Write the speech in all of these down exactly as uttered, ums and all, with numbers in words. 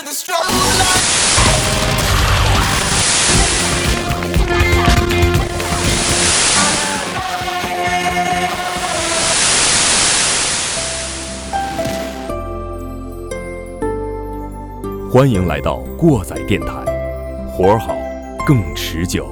欢迎来到过载电台，活儿好，更持久。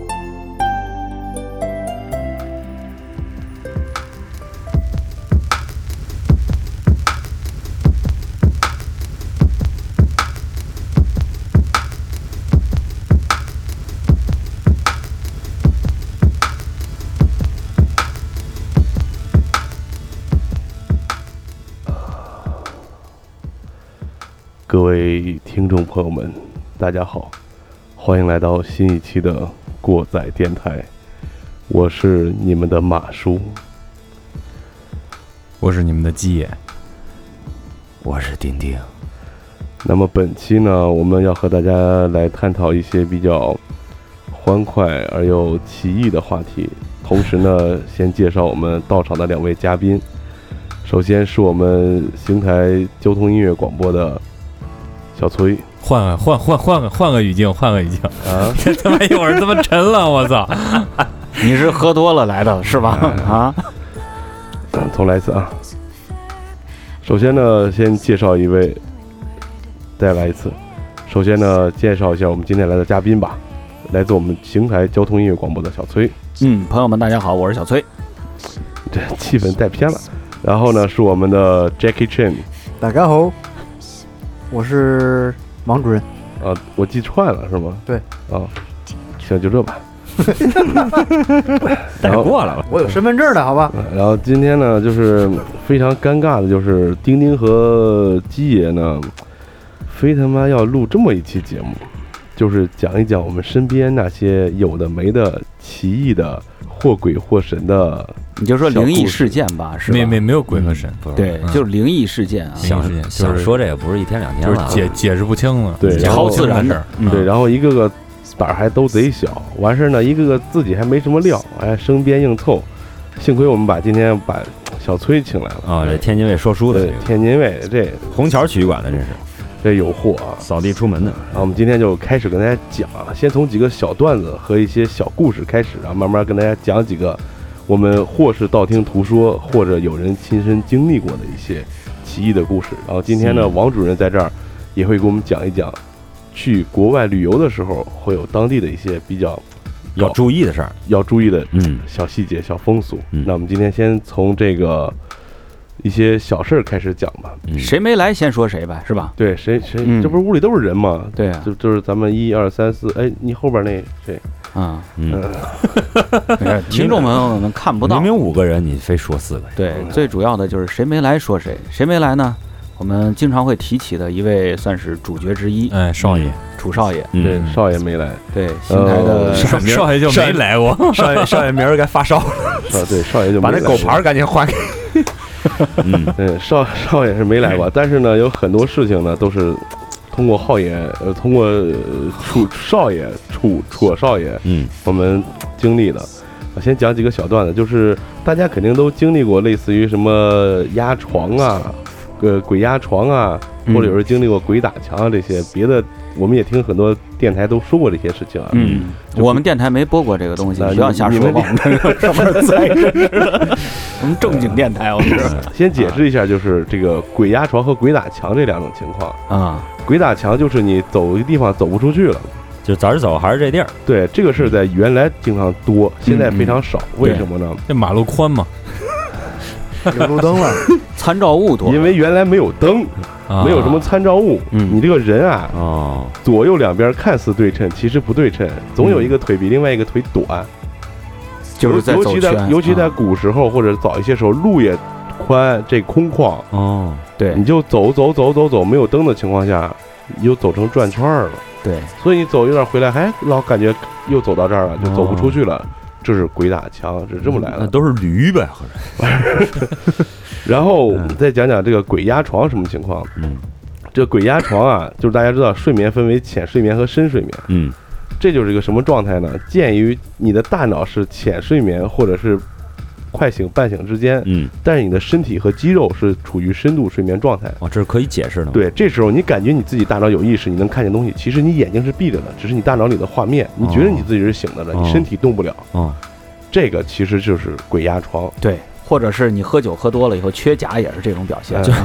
各位听众朋友们，大家好，欢迎来到新一期的过载电台，我是你们的马叔， 我是你们的鸡爷， 我是丁丁。 那么本期呢，我们要和大家来探讨一些比较欢快而又奇异的话题，同时呢，先介绍我们到场的两位嘉宾。首先是我们邢台交通音乐广播的小崔， 换个换换换个换个语境，换个语境啊！ 这他妈一会儿这么沉了，我操！ 你是喝多了来的是吧？啊！ 重来一次啊！首先呢，先介绍一位，再来一次。首先呢，介绍一下我们今天来的嘉宾吧，来自我们邢台交通音乐广播的小崔。 嗯，朋友们大家好，我是小崔。 这气氛带偏了。然后呢，是我们的 Jackie Chan。 大家好。我是王主任啊，我记串了是吗？ 对， 啊，行，就这吧。 带过了， 我有身份证的，好吧？ 然后今天呢，就是非常尴尬的，就是丁丁和鸡爷呢，非他妈要录这么一期节目，就是讲一讲我们身边那些有的没的奇异的或鬼或神的。 你就说灵异事件吧，是吧？ 没没没有鬼和神， 嗯、对，嗯、就是灵异事件啊。 想事件， 想说这也不是一天两天了， 就是解解释不清了， 对， 超自然的， 嗯、对，然后一个个胆儿还都贼小，完事儿呢，一个个自己还没什么料，哎，生编硬凑。幸亏我们把今天把小崔请来了啊、哦，这天津卫说书的、这个， 天津卫这虹桥体育馆的，这是这有货啊， 扫地出门的。 然后我们今天就开始跟大家讲啊，先从几个小段子和一些小故事开始，然后慢慢跟大家讲几个。我们或是道听途说，或者有人亲身经历过的一些奇异的故事。然后今天呢，王主任在这儿也会给我们讲一讲，去国外旅游的时候会有当地的一些比较要注意的事儿， 要注意的嗯小细节、小风俗。 嗯、 那我们今天先从这个一些小事儿开始讲吧。 嗯、谁没来先说谁呗，是吧？ 对，谁谁、 嗯、 这不是屋里都是人吗？ 对啊， 就就是咱们一二三四，哎，你后边那谁？ 啊， 嗯， 嗯听众朋友们看不到， 明明五个人，你非说四个人。 对，嗯、最主要的就是谁没来说谁，谁没来呢？我们经常会提起的一位算是主角之一， 哎，少爷， 楚少爷， 嗯、对，少爷没来， 对，邢台的、 呃、少, 少爷就没来过， 少爷少爷明儿该发烧了， 啊，对，少爷就把那狗牌赶紧还给。 嗯，对，少少爷是没来过，但是呢，有很多事情呢都是。通过浩爷，呃，通过楚少爷、楚楚少爷， 嗯， 我们经历的，我先讲几个小段子，就是大家肯定都经历过类似于什么压床啊，呃，鬼压床啊，或者有人经历过鬼打墙啊这些，别的我们也听很多电台都说过这些事情啊。 嗯，我们电台没播过这个东西，不要瞎说吧。上面栽着似的，我们正经电台，我们是。 先解释一下，就是这个鬼压床和鬼打墙这两种情况啊。 鬼打墙就是你走一个地方走不出去了， 就早日走还是这地儿。 对，这个事在原来经常多，现在非常少。嗯、为什么呢？ 这马路宽嘛， 有路灯了， 参照物多。 因为原来没有灯，啊、没有什么参照物。 嗯， 你这个人啊， 哦， 左右两边看似对称，其实不对称，总有一个腿比另外一个腿短。 就是在走圈。 尤其在尤其在古时候、啊、或者早一些时候，路也宽，这空旷。 哦。 对， 你就走走走走走，没有灯的情况下，你就走成转圈了。 对， 所以你走一段回来，还老感觉又走到这儿了，就走不出去了。哦、这是鬼打墙，是这么来的。 那都是驴呗， 然后再讲讲这个鬼压床什么情况。 嗯， 这个鬼压床啊，就是大家知道，睡眠分为浅睡眠和深睡眠。 嗯， 这就是一个什么状态呢？鉴于你的大脑是浅睡眠或者是快醒半醒之间， 嗯， 但是你的身体和肌肉是处于深度睡眠状态。 哦，这是可以解释的。 对，这时候你感觉你自己大脑有意识，你能看见东西，其实你眼睛是闭着的，只是你大脑里的画面，你觉得你自己是醒的了， 哦、 你身体动不了。 哦， 这个其实就是鬼压床。 对。或者是你喝酒喝多了以后缺钾，也是这种表现。 就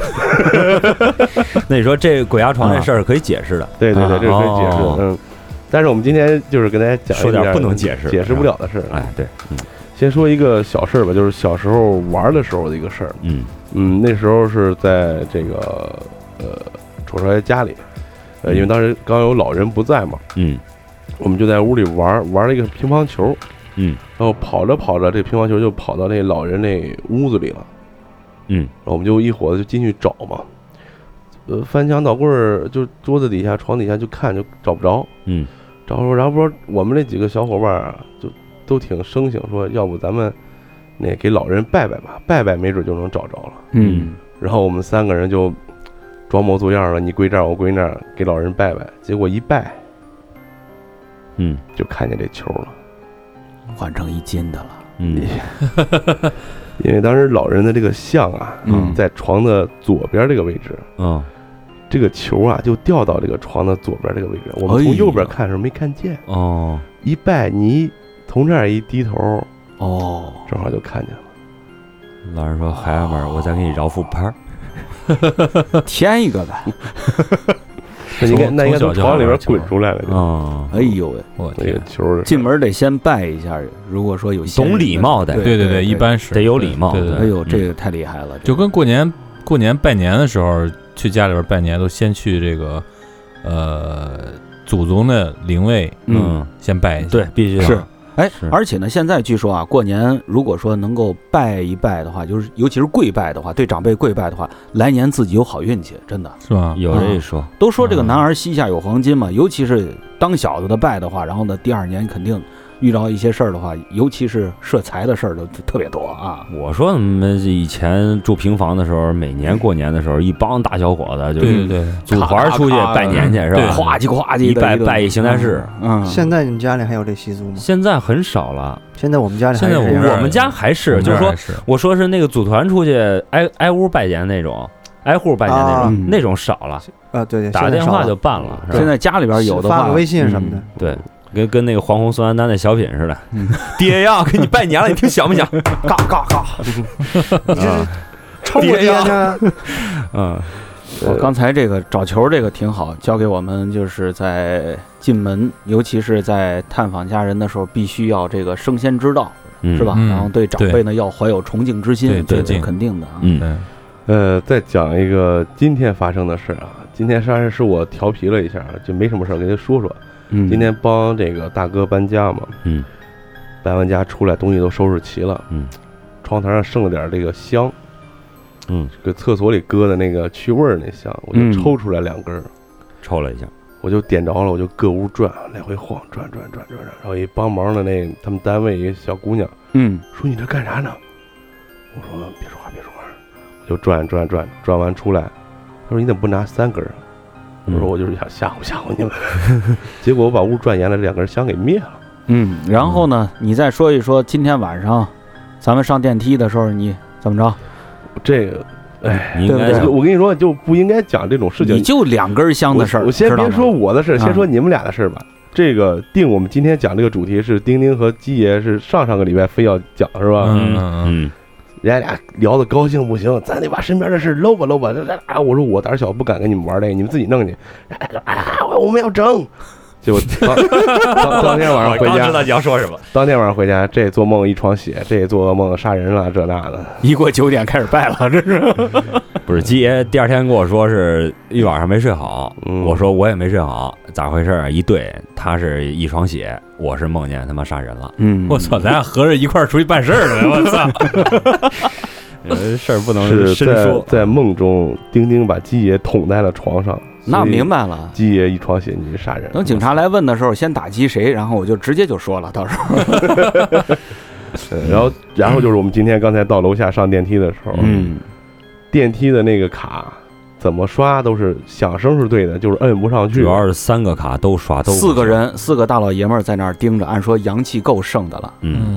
那你说这鬼压床这事儿可以解释的？ 对对对，这是可以解释的。 哦、 嗯，但是我们今天就是跟大家讲说点不能解释、 解释不了的事儿。 哎，对，嗯， 先说一个小事儿吧，就是小时候玩的时候的一个事儿。 嗯嗯，那时候是在这个呃丑少爷家里，呃，因为当时刚有老人不在嘛， 嗯， 我们就在屋里玩玩了一个乒乓球。 嗯， 然后跑着跑着，这乒乓球就跑到那老人那屋子里了。 嗯， 然后我们就一伙子就进去找嘛，呃，翻墙倒柜儿，就桌子底下、床底下就看，就找不着。 嗯， 找不着，然后不是我们那几个小伙伴啊，就都挺生性，说要不咱们那给老人拜拜吧，拜拜没准就能找着了。 嗯， 然后我们三个人就装模作样的，你归这儿，我归那儿，给老人拜拜。结果一拜， 嗯， 就看见这球了。 换成一斤的了， 嗯， 因为当时老人的这个像啊， 嗯， 在床的左边这个位置， 嗯， 这个球啊就掉到这个床的左边这个位置，我们从右边看的时候没看见， 哦， 一拜你从这儿一低头， 哦， 正好就看见了。 老人说：“孩子们，我再给你饶副牌儿，添一个呗。” 那应该那应该从床里边滚出来了啊！ 哎呦喂， 我那个球进门得先拜一下。如果说有懂礼貌的， 对对对，一般是得有礼貌。 对对， 哎呦，这个太厉害了！ 就跟过年过年拜年的时候，去家里边拜年，都先去这个呃祖宗的灵位， 嗯， 先拜一下。 对，必须是。哎，而且呢，现在据说啊，过年如果说能够拜一拜的话，就是尤其是跪拜的话，对长辈跪拜的话，来年自己有好运气，真的是吧？ 有这一说， 啊、都说这个男儿膝下有黄金嘛，尤其是当小子的拜的话，然后呢，第二年肯定遇到一些事儿的话，尤其是涉财的事儿都特别多啊。 我说我们以前住平房的时候，每年过年的时候，一帮大小伙子就对对对， 组团出去拜年去是吧？ 哗叽哗叽一拜拜一邢台市。 嗯，现在你们家里还有这习俗吗？ 现在很少了。 现在我们家里还现在我们家还是，就是说，我说是那个组团出去挨挨屋拜年那种，挨户拜年那种， 啊、 那种少了。 啊，对对， 打电话就办了。 现在家里边有的话， 发个微信什么的， 嗯、对。跟跟那个黄红酸丹那小品似的，嗯、爹呀，给你拜年了，你听响不响？ 嘎嘎嘎！你这是抽我爹呢？ 嗯， 我刚才这个找球这个挺好，教给我们就是在进门，尤其是在探访家人的时候，必须要这个升仙之道， 嗯、 是吧？ 嗯、 然后对长辈呢要怀有崇敬之心， 对， 这是肯定的啊。 嗯， 呃，再讲一个今天发生的事啊，今天实是我调皮了一下，就没什么事儿，跟您说说。 嗯， 今天帮这个大哥搬家嘛， 嗯， 搬完家出来，东西都收拾齐了， 嗯， 窗台上剩了点这个香， 嗯， 这个厕所里搁的那个去味儿那香，我就抽出来两根， 嗯、抽了一下， 我就点着了，我就各屋转，来回晃，转转转转转，然后一帮忙的那他们单位一个小姑娘， 嗯， 说你这干啥呢？我说别说话，别说话，我就转转转转完出来，他说你怎么不拿三根啊？我说我就是想吓唬吓唬你们，结果我把屋转严了，这两根香给灭了。 嗯，然后呢，你再说一说今天晚上咱们上电梯的时候你怎么着？ 这个，哎， 对不对？ 我跟你说，就不应该讲这种事情。 你就两根香的事儿， 我先别说我的事，先说你们俩的事吧。这个定我们今天讲这个主题是丁丁和鸡爷是上上个礼拜非要讲是吧？ 嗯嗯嗯。 人家俩聊得高兴不行，咱得把身边的事搂吧搂吧。啊，我说我胆小不敢跟你们玩这个，你们自己弄去。啊，我们要整。结果当当当天晚上回家， 我刚知道你要说什么。 当天晚上回家，这做梦一床血，这做噩梦杀人了，这那的。 一过九点开始拜了，这是。 不是鸡爷第二天跟我说是一晚上没睡好， 嗯、 我说我也没睡好，咋回事？一对，他是一床血，我是梦见他妈杀人了。 嗯， 我操，咱俩合着一块儿出去办事儿了，我操！ 呃，事儿不能是深说。 在在梦中，丁丁把鸡爷捅在了床上。 那明白了， 鸡爷一床血，你是杀人。 等警察来问的时候，先打击谁，然后我就直接就说了，到时候。 然后，然后就是我们今天刚才到楼下上电梯的时候， 嗯， 电梯的那个卡怎么刷都是响声是对的，就是摁不上去。 主要是三个卡都刷都。 四个人，四个大老爷们儿在那儿盯着，按说阳气够盛的了。 嗯，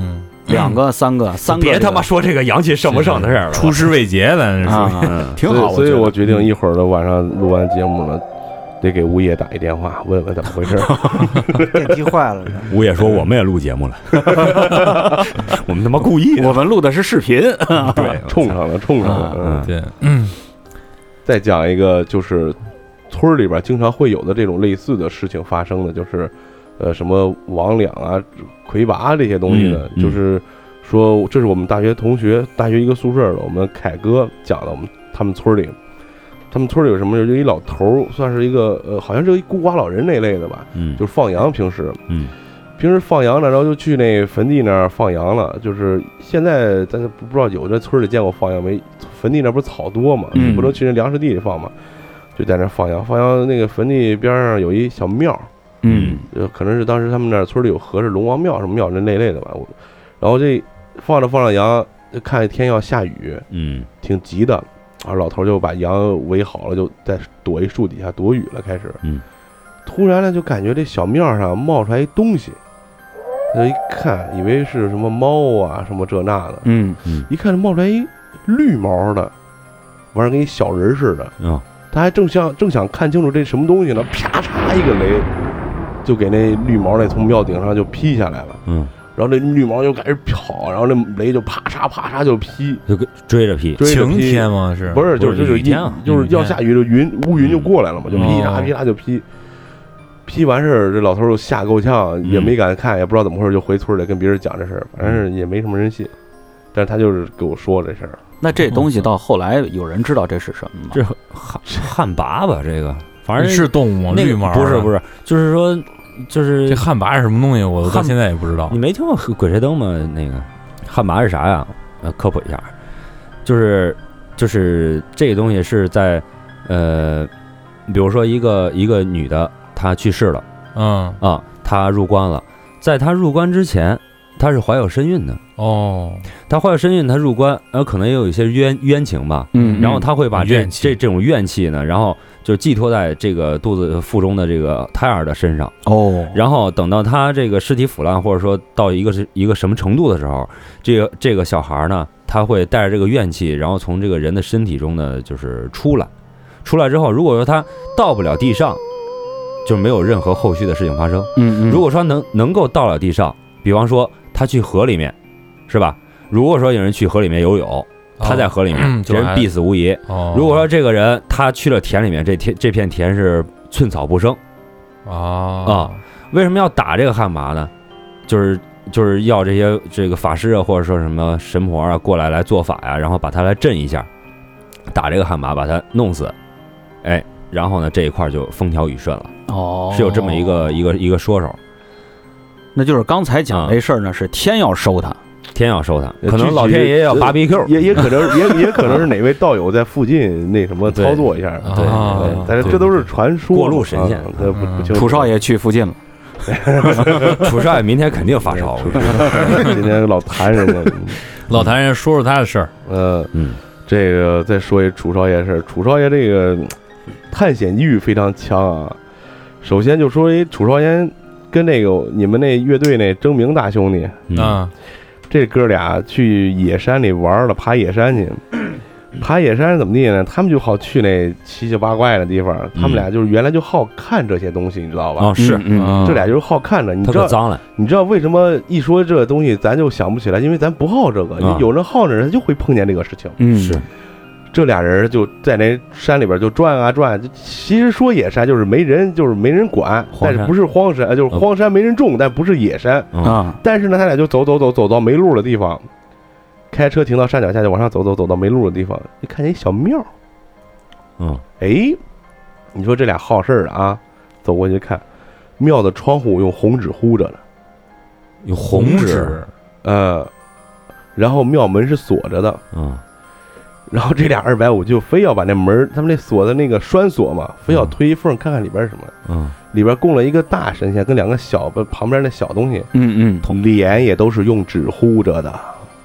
两个、三个、三个， 别他妈说这个阳气盛不盛的事儿了， 出师未捷，咱是属于挺好。 所以我决定一会儿的晚上录完节目了，得给物业打一电话，问问怎么回事。 电梯坏了， 物业说我们也录节目了，我们他妈故意的， 我们录的是视频， 对， 冲上了，冲上了。嗯， 对，嗯。 再讲一个，就是村儿里边经常会有的这种类似的事情发生的，就是呃什么魍魉啊、魁拔这些东西的， 嗯、 就是说这是我们大学同学，大学一个宿舍的，我们凯哥讲的，我们他们村里。他们村里有什么？有一老头儿，算是一个呃，好像是一孤寡老人那类的吧。 嗯， 就是放羊，平时， 嗯， 平时放羊呢，然后就去那坟地那儿放羊了。就是现在咱不知道有的村里见过放羊没？坟地那不是草多嘛， 嗯、 不能去那粮食地里放嘛，就在那放羊。放羊那个坟地边上有一小庙， 嗯， 就可能是当时他们那村里有合适龙王庙什么庙那那类的吧。然后这放着放着羊，就看天要下雨， 嗯， 挺急的。然后老头就把羊围好了，就在躲一树底下躲雨了。开始， 嗯， 突然呢，就感觉这小庙上冒出来一东西，他一看，以为是什么猫啊，什么这那的， 嗯嗯， 一看冒出来一绿毛的，完事跟一小人似的。 嗯， 他还正想正想看清楚这什么东西呢，啪嚓一个雷，就给那绿毛那从庙顶上就劈下来了。 嗯。 然后那绿毛就开始跑，然后那雷就啪嚓啪嚓就劈， 就追着劈。 晴天吗？是不是？就是就是雨天啊， 就是要下雨的云乌云就过来了嘛，就劈嚓劈嚓就劈。劈完事儿，这老头儿就吓够呛，也没敢看，也不知道怎么回事，就回村里跟别人讲这事儿，反正是也没什么人信。但是他就是给我说这事儿。 那这东西到后来有人知道这是什么吗？ 这旱旱魃吧，这个反正是动物吗？绿毛？ 不是不是，就是说。就是这旱魃是什么东西？我到现在也不知道。 你没听过鬼吹灯吗？那个旱魃是啥呀？呃，科普一下，就是就是这个东西是在呃，比如说一个一个女的她去世了， 嗯啊，她入关了，在她入关之前，她是怀有身孕的。 哦， 她怀有身孕，她入关，呃，可能也有一些冤冤情吧。 嗯， 然后她会把这怨气这这种怨气呢，然后就寄托在这个肚子腹中的这个胎儿的身上。 哦， 然后等到他这个尸体腐烂，或者说到一个是一个什么程度的时候，这个这个小孩呢，他会带着这个怨气，然后从这个人的身体中呢，就是出来。出来之后，如果说他到不了地上，就没有任何后续的事情发生。 嗯嗯。 如果说能能够到了地上，比方说他去河里面，是吧？如果说有人去河里面游泳，他在河里面， 哦、 这人必死无疑。 哦、 如果说这个人他去了田里面，这田这片田是寸草不生。 啊啊！为什么要打这个旱魃呢？就是就是要这些这个法师啊，或者说什么神婆啊过来来做法呀、啊，然后把他来震一下，打这个旱魃，把他弄死。哎，然后呢这一块就风调雨顺了。 哦， 是有这么一个一个一个说手。 那就是刚才讲这事儿呢，是天要收他。 天要收他，可能老天爷要芭比 Q， 也也可能也也可能是哪位道友在附近那什么操作一下， 对， 对但是这都是传说， 过路神仙。 对，不清楚。 楚少爷去附近了， 楚少爷明天肯定发烧。 今天老谈人家， 老谈人家说说他的事儿。 呃嗯，这个再说一楚少爷事儿，楚少爷这个探险欲非常强啊。首先就说一楚少爷跟那个你们那乐队那征明大兄弟啊。 这哥俩去野山里玩了，爬野山去。爬野山怎么地呢？他们就好去那七七八怪的地方。他们俩就是原来就好看这些东西，你知道吧？ 哦，是， 嗯， 这俩就是好看的。你知道脏了？ 你知道为什么一说这个东西咱就想不起来？因为咱不好这个。 啊、 有人好的人就会碰见这个事情。 嗯， 是。 这俩人就在那山里边就转啊转，就其实说野山就是没人，就是没人管，但是不是荒山，就是荒山没人种，但不是野山啊。 但是呢，他俩就走走走走到没路的地方，开车停到山脚下，就往上走走走到没路的地方，一看见一小庙。 嗯， 哎，你说这俩好事的啊，走过去看，庙的窗户用红纸糊着的， 有红纸， 呃，然后庙门是锁着的， 嗯。 然后这俩二百五就非要把那门，他们那锁的那个栓锁嘛，非要推一缝看看里边是什么。 嗯， 里边供了一个大神仙跟两个小的旁边那小东西。 嗯嗯， 脸也都是用纸糊着的。 我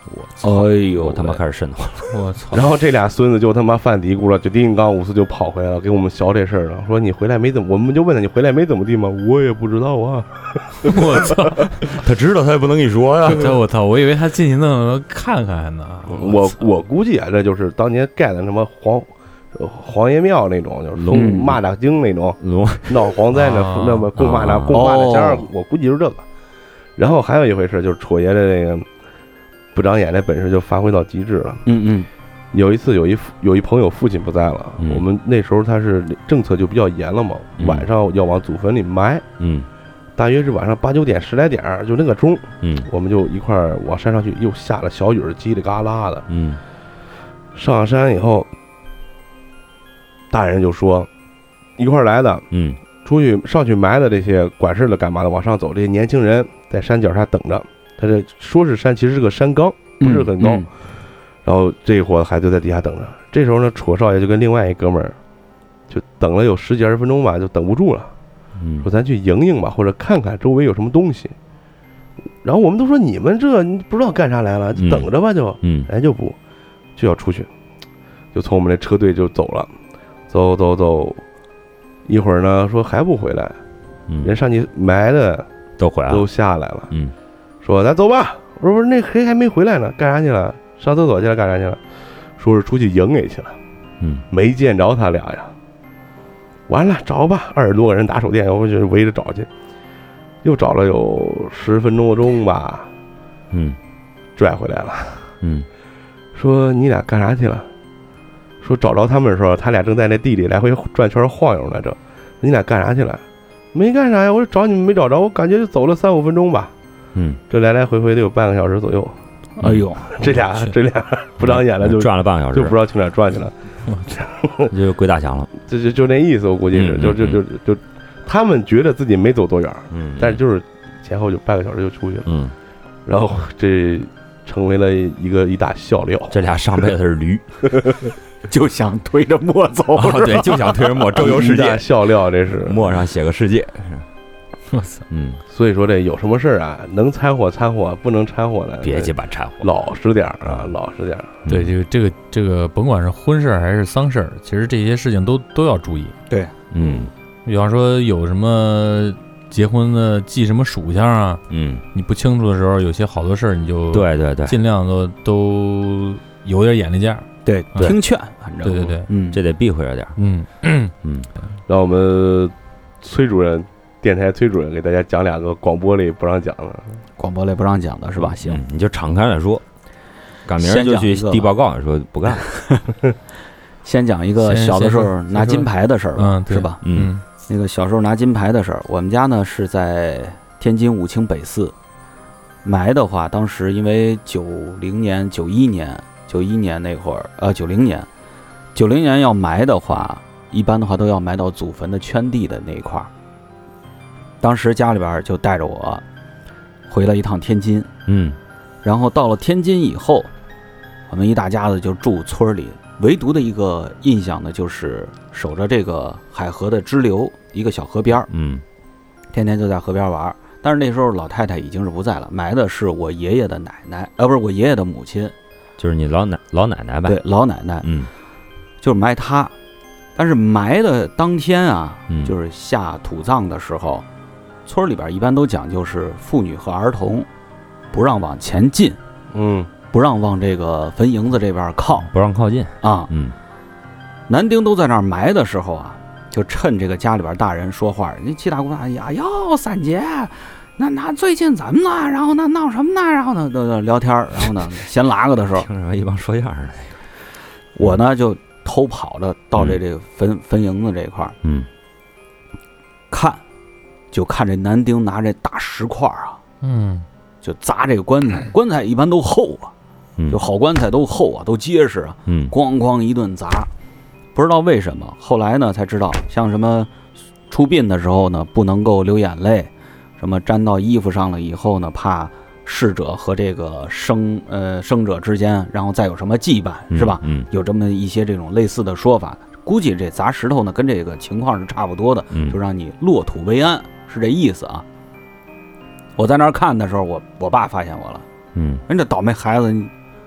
哎呦， 我他妈开始瘆得慌。 我操！ 然后这俩孙子就他妈犯嘀咕了，就叮当五四就跑回来了，给我们学这事儿了，说你回来没怎么，我们就问他你回来没怎么地吗？我也不知道啊。 我操！ 他知道他也不能跟你说呀。 这我操！我以为他进去弄看看呢。 我我估计啊，这就是当年盖的什么黄呃黄爷庙那种，就是送蚂蚱精那种， 龙闹蝗灾那啊那么供蚂蚱供蚂蚱香，我估计就是这个。然后还有一回事，就是戳爷的这个不长眼的本事就发挥到极致了。 嗯嗯， 有一次有一有一朋友父亲不在了， 嗯我们那时候他是政策就比较严了嘛， 嗯晚上要往祖坟里埋， 嗯大约是晚上八九点十来点儿，就那个钟， 嗯我们就一块儿往山上去，又下了小雨儿，叽里嘎啦的。 嗯上山以后，大人就说一块儿来的， 嗯出去上去埋的这些管事的干嘛的往上走，这些年轻人在山脚下等着。他这说是山，其实是个山岗，不是很高。 嗯嗯然后这一伙孩子就在底下等着。这时候呢，戳少爷就跟另外一哥们儿就等了有十几二十分钟吧，就等不住了， 嗯说咱去迎迎吧，或者看看周围有什么东西。然后我们都说你们这你不知道干啥来了，就等着吧就， 嗯人家就不就要出去，就从我们这车队就走了，走走走，一会儿呢说还不回来， 嗯， 人上去埋的都回来了。 都下来了， 嗯说咱走吧。我说不是那谁还没回来呢，干啥去了？上厕所去了，干啥去了？说是出去迎给去了， 嗯没见着他俩呀。完了，找吧，二十多个人打手电，我们就围着找去，又找了有十分钟钟吧， 嗯拽回来了。 嗯说你俩干啥去了？说找着他们的时候，他俩正在那地里来回转圈晃悠呢。这你俩干啥去了？没干啥呀，我找你们没找着，我感觉就走了三五分钟吧。 嗯， 这来来回回得有半个小时左右。 哎呦， 这俩这俩不长眼了就转了半个小时， 就不知道去哪儿转去了， 就归大强了。 就就就那意思，我估计是， 嗯就就就就他们觉得自己没走多远， 嗯， 但是就是前后就半个小时就出去了， 嗯， 然后这成为了一个一大笑料。 这俩上辈子是驴， 就想推着墨走， 哦，对，就想推着墨周游世一大界， 笑料，这是。 墨上写个世界。 我操！ 嗯， 所以说这有什么事儿啊，能掺和掺和，不能掺和的， 别鸡巴掺和。 老实点儿啊，老实点儿。 对，这个这个这个，甭管是婚事儿还是丧事儿，其实这些事情都都要注意。 嗯比方说有什么结婚的记什么属相啊， 嗯， 你不清楚的时候，有些好多事儿你就对对对， 尽量都都有点眼力见儿。 对， 对听劝，反正对对对， 嗯， 这得避讳着点儿。 嗯， 嗯， 让我们崔主任，电台崔主任给大家讲两个广播里不让讲的。 广播类不让讲的是吧？行， 嗯，你就敞开来说，赶明儿就去先讲一个递报告，说不干。 先讲一个先小的时候先说拿金牌的事儿吧嗯，对是吧？ 嗯那个小时候拿金牌的事儿，我们家呢是在天津武清北寺埋的话，当时因为九零年、九一年、九一年那会儿，呃，九零年，九零年要埋的话，一般的话都要埋到祖坟的圈地的那一块儿。当时家里边就带着我回了一趟天津， 嗯然后到了天津以后，我们一大家子就住村里，唯独的一个印象呢，就是守着这个海河的支流，一个小河边儿， 嗯天天就在河边玩。但是那时候老太太已经是不在了，埋的是我爷爷的奶奶，呃，不是我爷爷的母亲， 就是你老奶老奶奶呗。 对，老奶奶， 嗯就是埋她。但是埋的当天啊， 嗯， 就是下土葬的时候，村里边一般都讲究是妇女和儿童不让往前进， 嗯， 不让往这个坟营子这边靠不让靠近。 啊。 嗯男丁都在那儿埋的时候啊，就趁这个家里边大人说话，人家七大姑八大姨，哟，三姐，那那最近怎么了？然后呢闹什么呢？然后呢都都聊天，然后呢闲拉个的时候， 听着一帮说相声的。 我呢就偷跑着到这这个坟坟营子这块儿嗯看，就看这男丁拿这大石块啊， 嗯， 就砸这个棺材，棺材一般都厚啊， 嗯， 就好棺材都厚啊，都结实啊， 嗯咣咣一顿砸。不知道为什么，后来呢才知道，像什么出殡的时候呢，不能够流眼泪，什么沾到衣服上了以后呢，怕逝者和这个生呃生者之间，然后再有什么羁绊，是吧？ 嗯有这么一些这种类似的说法。估计这砸石头呢，跟这个情况是差不多的， 嗯就让你落土为安，是这意思啊。我在那儿看的时候，我我爸发现我了， 嗯人这倒霉孩子，你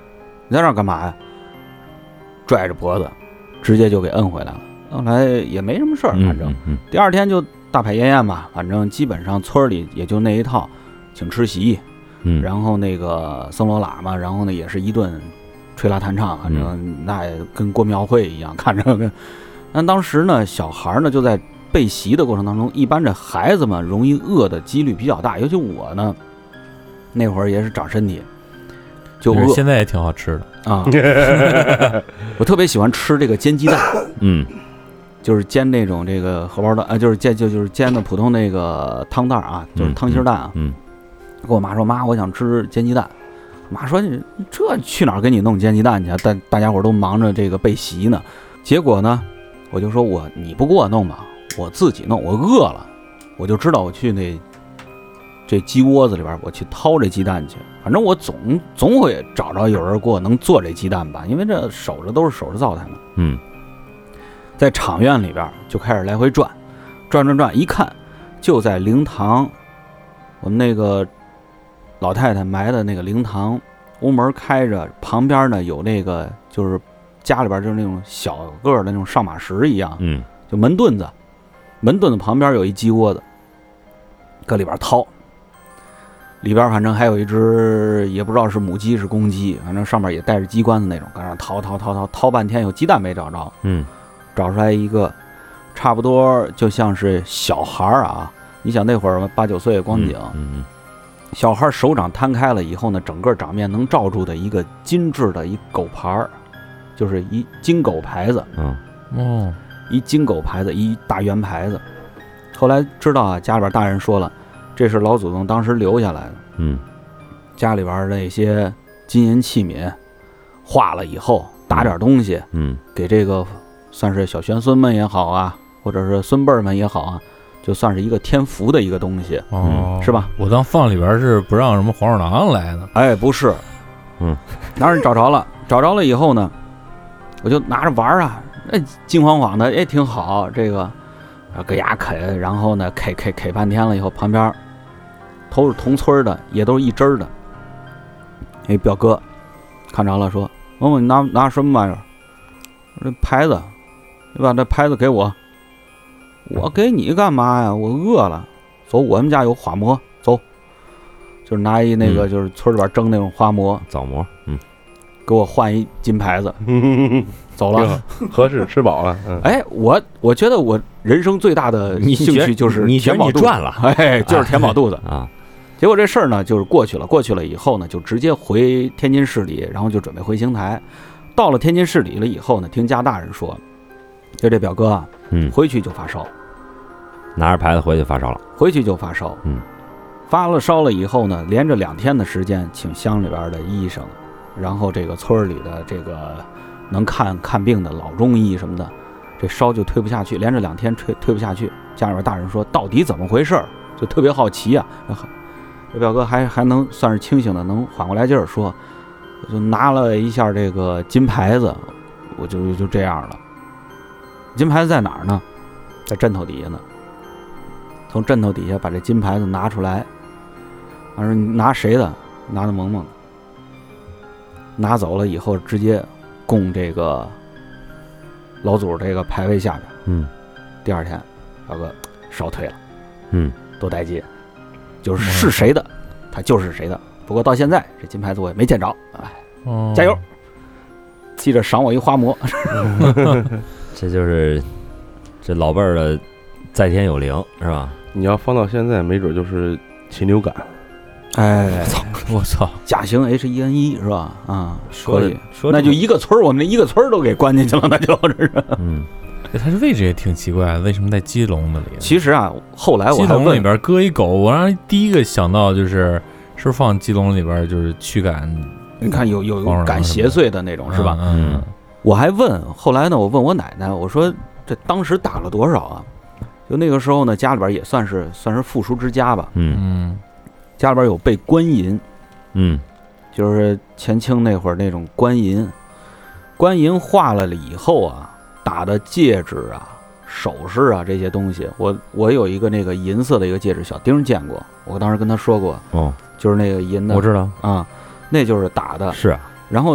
你在这儿干嘛呀？拽着脖子，直接就给摁回来了。后来也没什么事儿，反正、 嗯嗯第二天就大排宴宴吧，反正基本上村里也就那一套，请吃席， 嗯， 然后那个僧罗喇嘛，然后呢也是一顿吹拉弹唱，反正那也跟过庙会一样，看着跟。但当时呢，小孩呢就在备席的过程当中，一般这孩子们容易饿的几率比较大，尤其我呢，那会儿也是长身体，就饿。 现在也挺好吃的啊，我特别喜欢吃这个煎鸡蛋， 嗯， 就是煎那种这个荷包蛋啊，就是煎就就是煎的普通那个汤蛋啊，就是汤心蛋啊。 嗯， 跟我妈说，妈，我想吃煎鸡蛋。妈说你这去哪儿给你弄煎鸡蛋去？大大家伙都忙着这个备席呢。结果呢，我就说我你不给我弄吧，我自己弄。我饿了，我就知道我去那这鸡窝子里边，我去掏这鸡蛋去。反正我总总会找着有人给我能做这鸡蛋吧，因为这守着都是守着灶台嘛。 嗯， 在场院里边就开始来回转，转转转，一看就在灵堂，我们那个老太太埋的那个灵堂，屋门开着，旁边呢有那个就是家里边就是那种小个的那种上马石一样， 嗯， 就门墩子，门墩子旁边有一鸡窝子，搁里边掏。里边反正还有一只也不知道是母鸡是公鸡，反正上面也带着鸡冠子那种，搁那掏掏掏掏掏半天，有鸡蛋没找着， 嗯， 找出来一个，差不多就像是小孩啊，你想那会儿八九岁光景， 嗯嗯， 小孩手掌摊开了以后呢，整个掌面能罩住的一个精致的一狗牌儿，就是一金狗牌子， 嗯， 哦， 一金狗牌子，一大圆牌子。后来知道啊，家里边大人说了，这是老祖宗当时留下来的。 嗯， 家里边的一些金银器皿化了以后，打点东西， 嗯， 给这个算是小玄孙们也好啊，或者是孙辈儿们也好啊，就算是一个添福的一个东西， 哦， 是吧？ 我当放里边是不让什么黄鼠狼来的。 哎，不是， 嗯， 当时找着了，找着了以后呢，我就拿着玩啊，那金晃晃的，哎，挺好，这个搁牙啃，然后呢，啃啃啃半天了以后，旁边都是同村的，也都是一支儿的。哎，表哥看着了，说：“问问你拿拿什么玩意儿？”我这牌子，你把这牌子给我。我给你干嘛呀？我饿了。走，我们家有花馍，走。就是拿一那个，就是村里边蒸那种花馍， 枣馍，嗯， 给我换一金牌子，走了， 合适，吃饱了。嗯， 哎，我我觉得我人生最大的你兴趣就是你觉得填饱肚子， 你赚了， 哎，就是填饱肚子啊。 结果这事儿呢，就是过去了，过去了以后呢，就直接回天津市里，然后就准备回邢台。到了天津市里了以后呢，听家大人说，就这表哥啊， 嗯， 回去就发烧， 拿着牌子回去发烧了， 回去就发烧， 嗯， 发了烧了以后呢，连着两天的时间，请乡里边的医生，然后这个村里的这个能看看病的老中医什么的，这烧就退不下去，连着两天退退不下去。家里边大人说，到底怎么回事？就特别好奇啊。这表哥还还能算是清醒的，能缓过来劲儿，说，我就拿了一下这个金牌子，我就就这样了。金牌子在哪儿呢？在枕头底下呢。从枕头底下把这金牌子拿出来，我说你拿谁的？拿的萌萌的。拿走了以后，直接供这个老祖这个牌位下边。 嗯， 第二天，表哥烧退了， 嗯， 都带劲，就是是谁的，他就是谁的。不过到现在这金牌子我也没见着，哎， 哦， 加油！记着赏我一花馍。 这就是这老辈儿的在天有灵，是吧？ 你要放到现在，没准就是禽流感。 哎， 我操， 甲型 H 一N 一是吧？啊， 说可以， 说那就一个村儿，我们那一个村儿都给关进去了，那就这是。 嗯， 他这位置也挺奇怪的，为什么在鸡笼子里？ 其实啊，后来我鸡还问， 笼里边搁一狗，我让第一个想到就是是不是放鸡笼里边就是驱赶， 你看有有黄鼠狼有赶邪祟的那种是吧？ 嗯， 我还问，后来呢，我问我奶奶，我说这当时打了多少啊？就那个时候呢，家里边也算是算是富庶之家吧， 嗯嗯家里边有备官银， 嗯就是前清那会儿那种官银，官银化了了以后啊，打的戒指啊、首饰啊这些东西，我我有一个那个银色的一个戒指，小丁见过，我当时跟他说过， 哦， 就是那个银的， 我知道啊，那就是打的， 是啊， 然后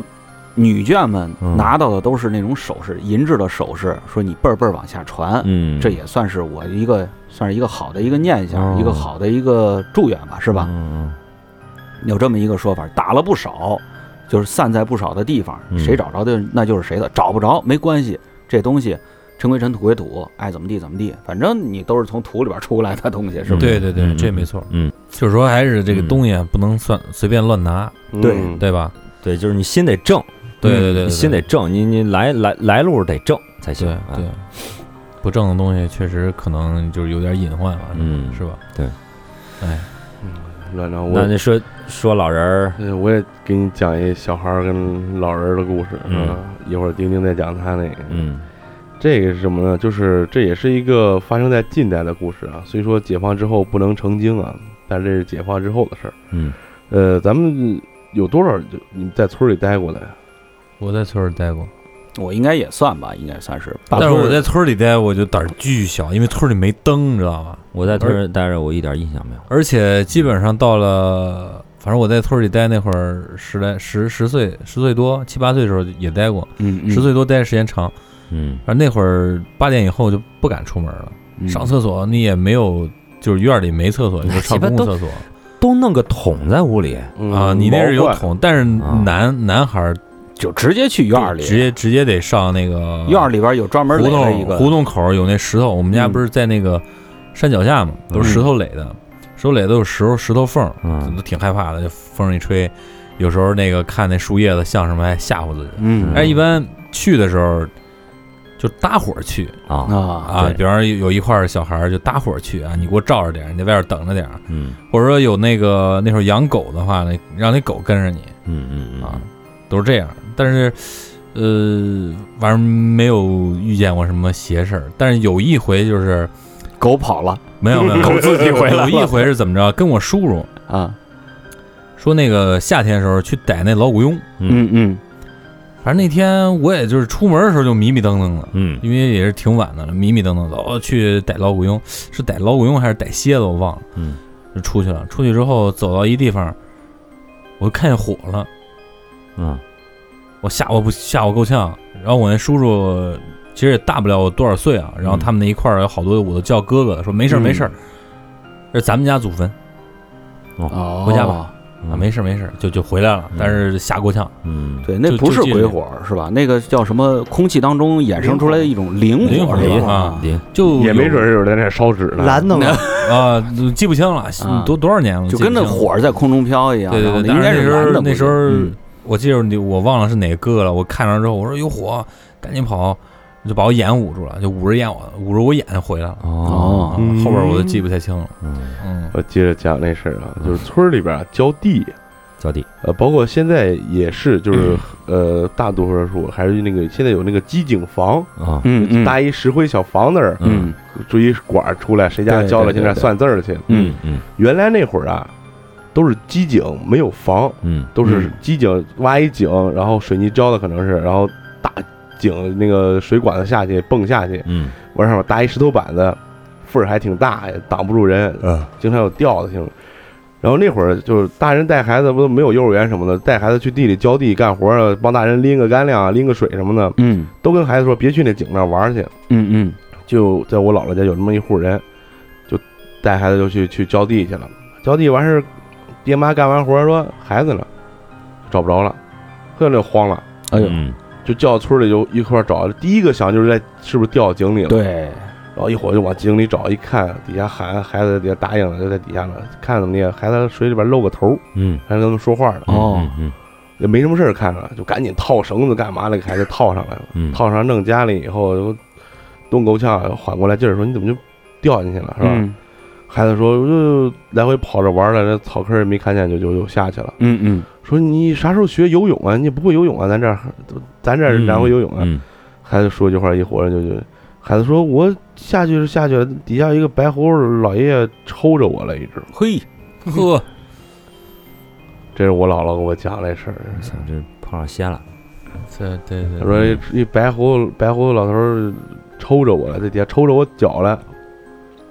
女眷们嗯拿到的都是那种首饰，银质的首饰，说你辈儿辈儿往下传， 嗯， 这也算是我一个算是一个好的一个念想， 哦一个好的一个祝愿吧，是吧？ 嗯有这么一个说法，打了不少，就是散在不少的地方， 嗯谁找着的那就是谁的，找不着没关系，这东西尘归尘，土归土，爱怎么地怎么地，反正你都是从土里边出来的东西，是不是？ 对对对， 嗯这没错。 嗯， 就是说还是这个东西啊，不能算随便乱拿， 对嗯对吧？ 对，就是你心得正， 对对对对， 你心得正，你你来来来路得正才行。 对对，不正的东西确实可能就是有点隐患了， 嗯是吧？ 对， 哎， 乱章我。 那你说说老人儿， 呃我也给你讲一小孩儿跟老人儿的故事， 嗯啊，一会儿丁丁再讲他那个。 嗯这个是什么呢？就是这也是一个发生在近代的故事啊。虽说解放之后不能成精啊，但这是解放之后的事儿。 嗯呃，咱们有多少就你在村里待过的呀？ 我在村里待过， 我应该也算吧，应该算是。 但是我在村里待，我就胆儿巨小，因为村里没灯，你知道吧？ 我在村儿待着，我一点印象没有。 而且基本上到了，反正我在村里待那会儿，十来十十岁十岁多七八岁的时候也待过， 嗯，嗯十岁多待的时间长。 嗯反正那会儿八点以后就不敢出门了， 嗯上厕所你也没有，就是院里没厕所，你就上公共厕所都弄个桶在屋里， 嗯啊。你那是有毛桶，但是男男孩儿就直接去院儿里， 直接直接得上那个院儿里边有专门胡垒了一个同胡同口有那石头，我们家嗯不是在那个山脚下嘛，都是石头垒的，石头垒的都有石头石头缝， 嗯都挺害怕的。风一吹，有时候那个看那树叶子像什么，还吓唬自己。 嗯但是一般去的时候就搭伙儿去啊啊啊， 对比方说有一块儿小孩儿就搭伙儿去啊，你给我照着点儿，你在外边等着点儿， 嗯或者说有那个那会儿养狗的话呢，让那狗跟着你嗯嗯啊，都是这样。但是呃，反正没有遇见过什么邪事儿。但是有一回就是狗跑了没有没有， 狗自己回来了有一回是怎么着？跟我叔叔啊， 说，那个夏天的时候去逮那老古鼬。 嗯嗯反正那天我也就是出门的时候就迷迷瞪瞪的， 嗯因为也是挺晚的了，迷迷瞪瞪走去逮老古鼬，是逮老古鼬还是逮蝎子我忘了。 嗯就出去了，出去之后走到一地方，我就看见火了， 嗯我吓我不吓我够呛。然后我那叔叔其实也大不了我多少岁啊，然后他们那一块儿有好多我都叫哥哥的，说没事儿没事儿，这是咱们家祖坟哦， 回家吧啊，没事儿没事儿，就就回来了， 嗯但是吓够呛。 嗯， 对，那就不是就记着鬼火是吧？那个叫什么？空气当中衍生出来的一种灵火灵火是吧？ 啊灵就也没准有是有在那烧纸呢。 蓝能啊，记不清了， 啊多多少年了， 就跟那记不清了。 火在空中飘一样。 对对对， 然后应该但是那时候是蓝的。 那时候嗯我记得你我忘了是哪个哥哥了，我看着之后我说有火，赶紧跑，就把我眼捂住了，就捂着眼我捂着我眼就回来了。 哦啊嗯后边我就记不太清了。 嗯， 嗯， 我接着讲那事儿啊，就是村里边啊浇地， 浇地， 呃，包括现在也是，就是呃，大多数还是那个现在有那个机井房， 啊嗯嗯搭一石灰小房子儿， 嗯注一管儿出来，谁家对浇了去那对对对算字儿去。 嗯嗯原来那会儿啊，都是机井，没有房， 嗯都是嗯机井挖一井，然后水泥浇的可能是，然后大井那个水管子下去蹦下去， 嗯往上面搭一石头板子，缝儿还挺大，也挡不住人， 嗯经常有吊的性。然后那会儿就是大人带孩子不都没有幼儿园什么的，带孩子去地里浇地干活儿，帮大人拎个干粮啊，拎个水什么的， 嗯都跟孩子说别去那井那儿玩儿去。 嗯嗯就在我姥姥家有这么一户人，就带孩子就去去浇地去了。浇地完事儿，爹妈干完活儿说孩子呢，找不着了，呵那慌了， 哎呦， 嗯就叫村里就一块儿找。第一个想就是在是不是掉井里了， 对， 然后一会儿就往井里找，一看底下喊孩子在底下答应了，就在底下了，看怎么的，孩子在水里边露个头， 嗯还跟他们说话呢， 哦嗯也没什么事儿看着，就赶紧套绳子干嘛了，给孩子套上来了。 嗯套上弄家里以后，就东够呛，缓过来劲儿说：“你怎么就掉进去了？是吧？” 嗯孩子说：“我就来回跑着玩了，这草坑也没看见，就就就下去了。 嗯嗯说你啥时候学游泳啊？你也不会游泳啊？咱这儿，咱这儿哪会游泳啊？” 嗯孩子说句话，一伙人就就，孩子说：“我下去是下去了，底下有一个白胡子老爷爷抽着我了，一直。 嘿， 呵，” 这是我姥姥给我讲这事儿。 操，这碰上仙了， 对对对， 他说一白胡子白胡子老头儿抽着我了，在底下抽着我脚了。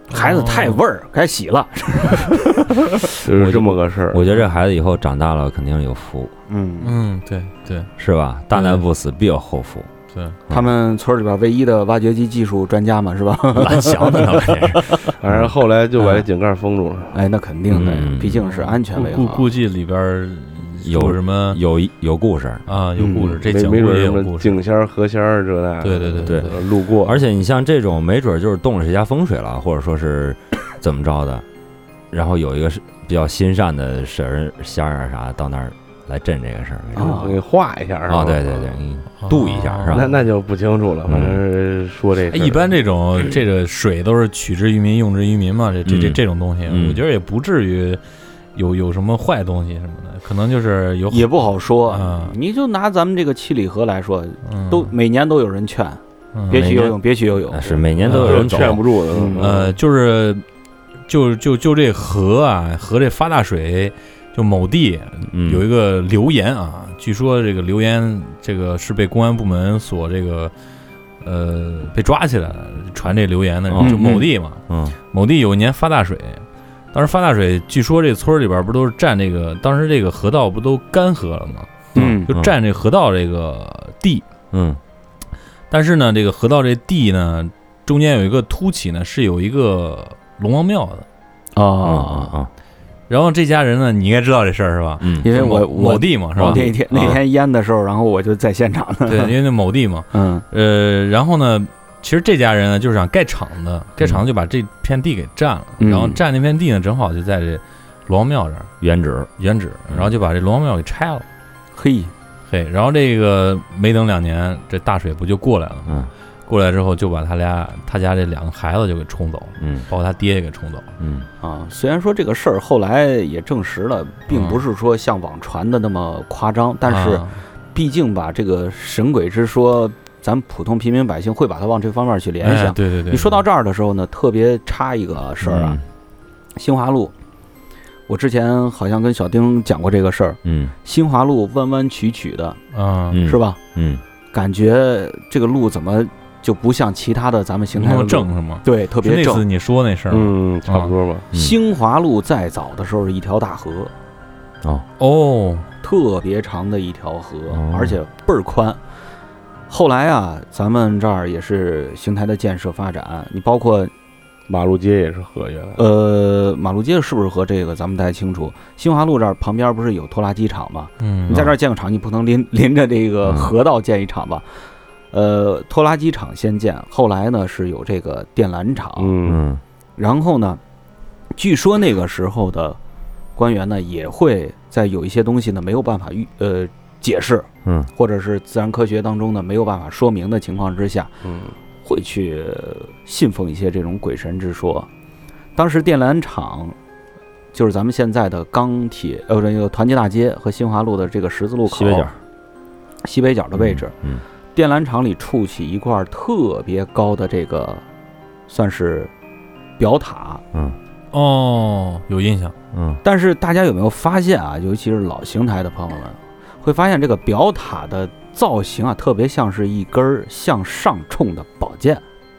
孩子太味儿，该洗了。 就是这么个事儿。 我觉得这孩子以后长大了肯定有福， 嗯嗯，对对是吧？大难不死必有后福。 对， 他们村里边唯一的挖掘机技术专家嘛，是吧？ 蓝翔的那玩意儿， 反正后来就把这井盖封住了。 哎，那肯定的， 嗯毕竟是安全为好。 估估计里边有什么有有故事， 啊？有故事，这没井估没准什么计也有故事。 井仙儿、河仙儿这那。 对对对对呃路过。 而且你像这种，没准就是动了谁家风水了，或者说是怎么着的，然后有一个是比较心善的神儿仙儿啊啥到那儿来镇这个事儿。 啊给画一下是吧？ 啊，对对对，你度一下是吧？ 那那就不清楚了，反正是说这哎， 事儿。 一般这种这个水都是取之于民，用之于民嘛，这这这嗯这种东西， 嗯我觉得也不至于有有什么坏东西什么的，可能就是有也不好说。 嗯你就拿咱们这个七里河来说， 嗯都每年都有人劝， 嗯别去游泳，别去游泳啊。是每年都有人走， 劝不住的。 嗯呃，就是就就就这河啊，河这发大水，就某地嗯有一个流言啊，据说这个流言这个是被公安部门所这个呃被抓起来了，传这流言的人、 哦就某地嘛， 嗯某地有一年发大水，当时发大水，据说这村里边不都是占这个，当时这个河道不都干涸了吗？ 嗯就占这河道这个地， 嗯但是呢，这个河道这地呢，中间有一个凸起呢，是有一个龙王庙的。 啊啊， 啊然后这家人呢，你应该知道这事儿是吧？ 嗯因为我某我某地嘛，是吧？ 那天那天淹的时候，然后我就在现场呢。 对，因为那某地嘛， 嗯呃，然后呢，其实这家人呢就是想盖厂子，盖厂子就把这片地给占了， 嗯然后占那片地呢，正好就在这龙王庙这儿原址原址，然后就把这龙王庙给拆了。 嘿， 嘿，然后这个没等两年，这大水不就过来了吗？ 嗯过来之后就把他俩他家这两个孩子就给冲走了， 嗯包括他爹也给冲走了。 嗯啊，虽然说这个事儿后来也证实了，并不是说像网传的那么夸张，但是啊毕竟把这个神鬼之说，咱普通平民百姓会把它往这方面去联哎想。 对对对， 你说到这儿的时候呢，特别插一个事儿啊，新华路，我之前好像跟小丁讲过这个事儿。 嗯新华路弯弯曲曲的， 啊， 嗯是吧？ 嗯感觉这个路怎么就不像其他的咱们邢台那么的路正是吗？ 对，特是别正。 那次你说那事儿吗？ 嗯，差不多吧。 嗯兴华路再早的时候是一条大河， 哦， 特别长的一条河， 哦而且倍儿宽。后来啊，咱们这儿也是邢台的建设发展，你包括马路街也是河原来。 呃马路街是不是和这个咱们不太清楚。新华路这儿旁边不是有拖拉机厂吗？ 嗯， 你在这儿建个厂，你不能临临着这个河道建一厂吧？呃，拖拉机厂先建，后来呢是有这个电缆厂， 嗯嗯然后呢，据说那个时候的官员呢也会在有一些东西呢没有办法预呃解释， 嗯或者是自然科学当中呢没有办法说明的情况之下， 嗯会去信奉一些这种鬼神之说。当时电缆厂就是咱们现在的钢铁呃这个团结大街和新华路的这个十字路口西北角西北角的位置， 嗯电缆厂里竖起一块特别高的这个算是表塔。 嗯哦，有印象。 嗯但是大家有没有发现啊？尤其是老邢台的朋友们，会发现这个表塔的造型啊，特别像是一根儿向上冲的宝剑。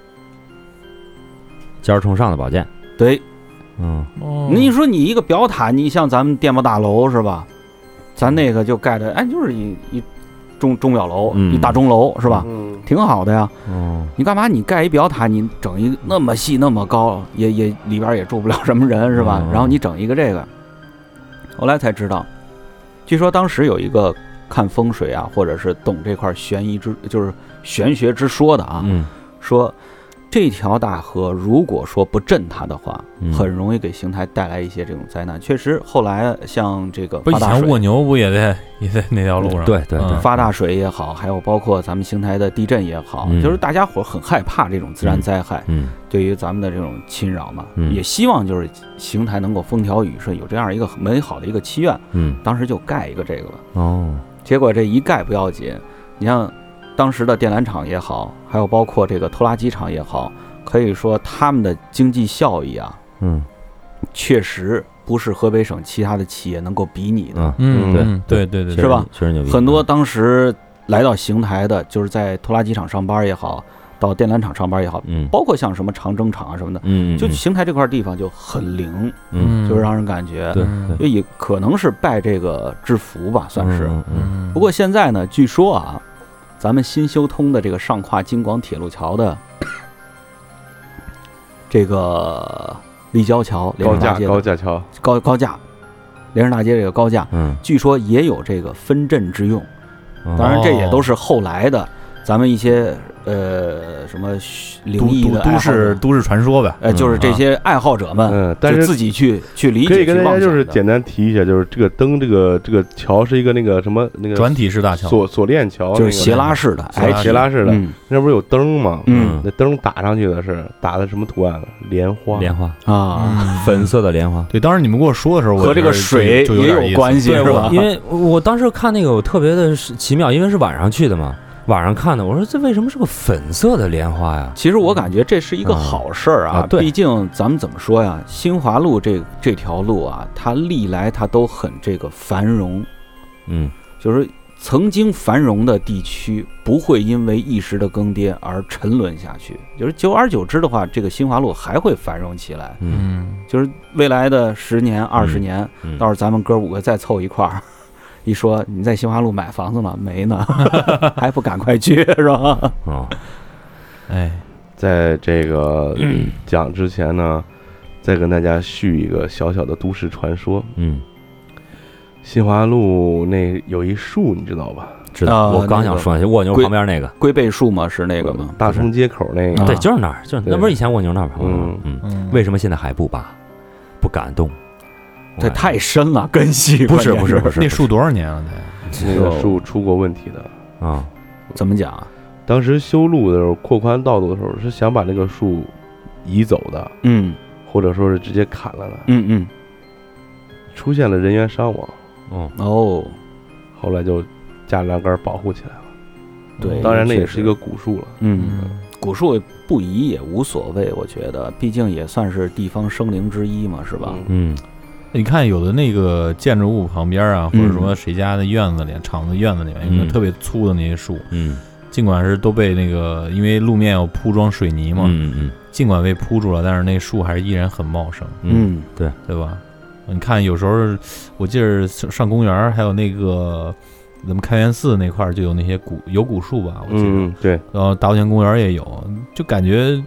尖儿冲上的宝剑， 对， 嗯哦， 你说你一个表塔，你像咱们电报大楼是吧？咱那个就盖的，哎，就是一一钟钟表楼， 嗯一大钟楼是吧？ 嗯挺好的呀。 哦你干嘛？你盖一表塔，你整一个那么细那么高，也也里边也住不了什么人是吧？ 嗯然后你整一个这个，后来才知道，据说当时有一个看风水啊，或者是懂这块玄疑之，就是玄学之说的啊， 嗯说这条大河如果说不震它的话， 嗯很容易给邢台带来一些这种灾难。确实，后来像这个不以发大水、 前蜗牛不也在也在那条路上？ 对对对嗯发大水也好，还有包括咱们邢台的地震也好， 嗯就是大家伙很害怕这种自然灾害。 嗯对于咱们的这种侵扰嘛， 嗯也希望就是邢台能够风调雨顺，有这样一个很美好的一个祈愿。 嗯当时就盖一个这个了， 哦结果这一盖不要紧，你像当时的电缆厂也好，还有包括这个拖拉机厂也好，可以说他们的经济效益啊， 嗯确实不是河北省其他的企业能够比拟的。 嗯对嗯嗯对对对对， 是吧？ 确实牛逼， 很多当时来到邢台的，就是在拖拉机厂上班也好， 到电缆厂上班也好， 嗯， 包括像什么长征厂啊什么的， 嗯， 就邢台这块地方就很灵， 嗯， 就是让人感觉， 对嗯对， 也可能是拜这个制服吧，算是。 嗯嗯嗯， 不过现在呢，据说啊，咱们新修通的这个上跨京广铁路桥的这个立交桥、连高架城大街的高架桥， 高高架，连城大街这个高架， 嗯， 据说也有这个分镇之用。 嗯当然，这也都是后来的，咱们一些呃什么灵都异的都都爱好者， 市都市传说呗。 呃，就是这些爱好者们， 嗯，但就是自己去去理解、 可以跟大家去妄想的就是简单提一下，就是这个灯，这个这个桥是一个那个什么那个转体式大桥， 锁锁链桥， 就是斜拉式的， 哎哎， 斜拉式的， 嗯那不是有灯吗？ 嗯那灯打上去的是打的什么图案了？莲花， 莲花， 啊， 嗯粉色的莲花。 对，当时你们跟我说的时候，我和这个水就有也点意思有关系， 对， 是吧我？因为我当时看那个，我特别的是奇妙，因为是晚上去的嘛，晚上看的。我说这为什么是个粉色的莲花呀？ 其实我感觉这是一个好事儿啊啊，对毕竟咱们怎么说呀，新华路这这条路啊，它历来它都很这个繁荣， 嗯就是曾经繁荣的地区不会因为一时的更迭而沉沦下去，就是久而久之的话，这个新华路还会繁荣起来。 嗯嗯， 就是未来的十年、二十年， 嗯， 到时候咱们哥五个再凑一块儿，一说你在新华路买房子吗？没呢，还不赶快去是吧？ 哦， 哎， 在这个讲之前呢，再跟大家续一个小小的都市传说。 嗯， 新华路那有一树，你知道吧？ 知道。 啊我刚想说，蜗牛龟旁边那个， 龟背树吗？是那个吗？ 大通街口那个， 啊对，就是那儿，就是那不是以前蜗牛那儿吗？ 嗯嗯， 嗯， 为什么现在还不拔？不敢动？ 这太深了，根系不是关键不是不是那树多少年了？ 那个树出过问题的。 啊， 怎么讲啊？ 当时修路的时候，扩宽道路的时候，是想把那个树移走的， 嗯或者说是直接砍了的。 嗯嗯， 出现了人员伤亡， 哦， 哦， 后来就架栏杆保护起来了。 对当然那也确实是一个古树了。 嗯， 嗯， 古树不移也无所谓，我觉得，毕竟也算是地方生灵之一嘛，是吧？ 嗯嗯你看有的那个建筑物旁边啊，或嗯者说谁家的院子里、厂子院子里面，有那嗯特别粗的那些树， 嗯尽管是都被那个因为路面有铺装水泥嘛， 嗯嗯尽管被铺住了，但是那树还是依然很茂盛， 嗯， 嗯， 对， 对吧？你看有时候我记得上上公园，还有那个咱们开元寺那块儿就有那些古有古树吧，我记得， 嗯，对， 然后大稻田公园也有，就感觉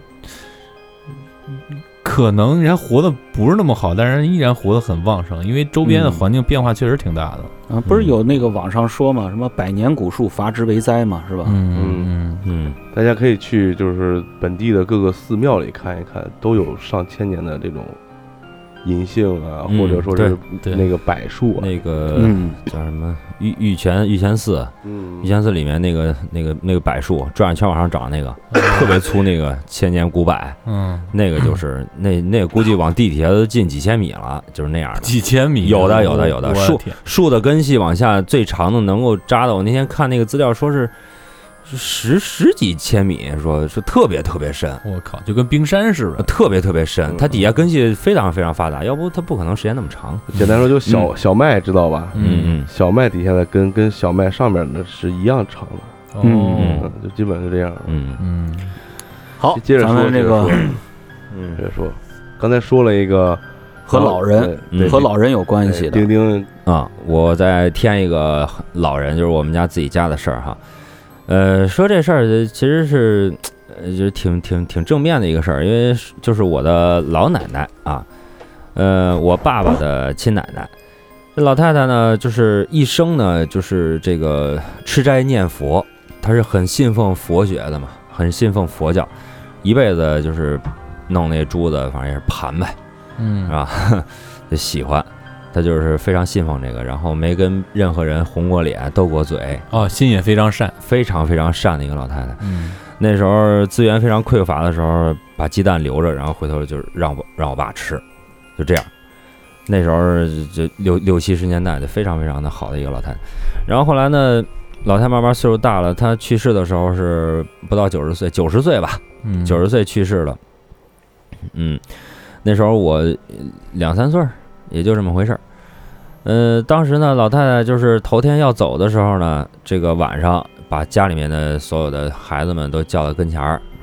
可能人家活的不是那么好，但是人依然活得很旺盛，因为周边的环境变化确实挺大的。 啊，不是有那个网上说嘛，什么百年古树伐之为哉嘛，是吧？ 嗯嗯嗯大家可以去就是本地的各个寺庙里看一看，都有上千年的这种银杏啊， 嗯或者说是对那个柏树啊。 那个嗯叫什么玉玉泉玉泉寺， 嗯玉泉寺里面那个那个那个柏树转一圈往上长那个特别粗那个千年古柏， 嗯， 那个就是那那个估计往地底下都近几千米了，就是那样的。 几千米， 有的有的有的我树天树的根系往下最长的能够扎到，我那天看那个资料说是是十十几千米，说是特别特别深， 我靠，就跟冰山似的。 特别特别深， 嗯它底下根系非常非常发达，要不它不可能时间那么长。 简单说就小小麦知道吧？ 嗯嗯小麦底下的根跟小麦上面的是一样长的， 哦， 嗯，就基本是这样。 嗯嗯好， 接着说， 咱们这个接着说嗯接着说，刚才说了一个和老人嗯对和老人有关系的丁，丁啊，我再添一个老人，就是我们家自己家的事儿哈。呃，说这事儿其实是，呃，就是挺挺挺正面的一个事儿，因为就是我的老奶奶啊，呃，我爸爸的亲奶奶，这老太太呢，就是一生呢，就是这个吃斋念佛，她是很信奉佛学的嘛，很信奉佛教，一辈子就是弄那珠子，反正也是盘呗， 嗯是吧？就喜欢。他就是非常信奉这个，然后没跟任何人红过脸、斗过嘴， 哦，心也非常善。 非常非常善的一个老太太。 嗯那时候资源非常匮乏的时候，把鸡蛋留着，然后回头就是让我让我爸吃，就这样。那时候就六六七十年代，就非常非常的好的一个老太太。然后后来呢，老太太慢慢岁数大了，她去世的时候是不到九十岁，九十岁吧， 嗯， 九十岁去世了。嗯，那时候我两三岁儿。也就这么回事儿，呃，当时呢，老太太就是头天要走的时候呢，这个晚上把家里面的所有的孩子们都叫到跟前儿，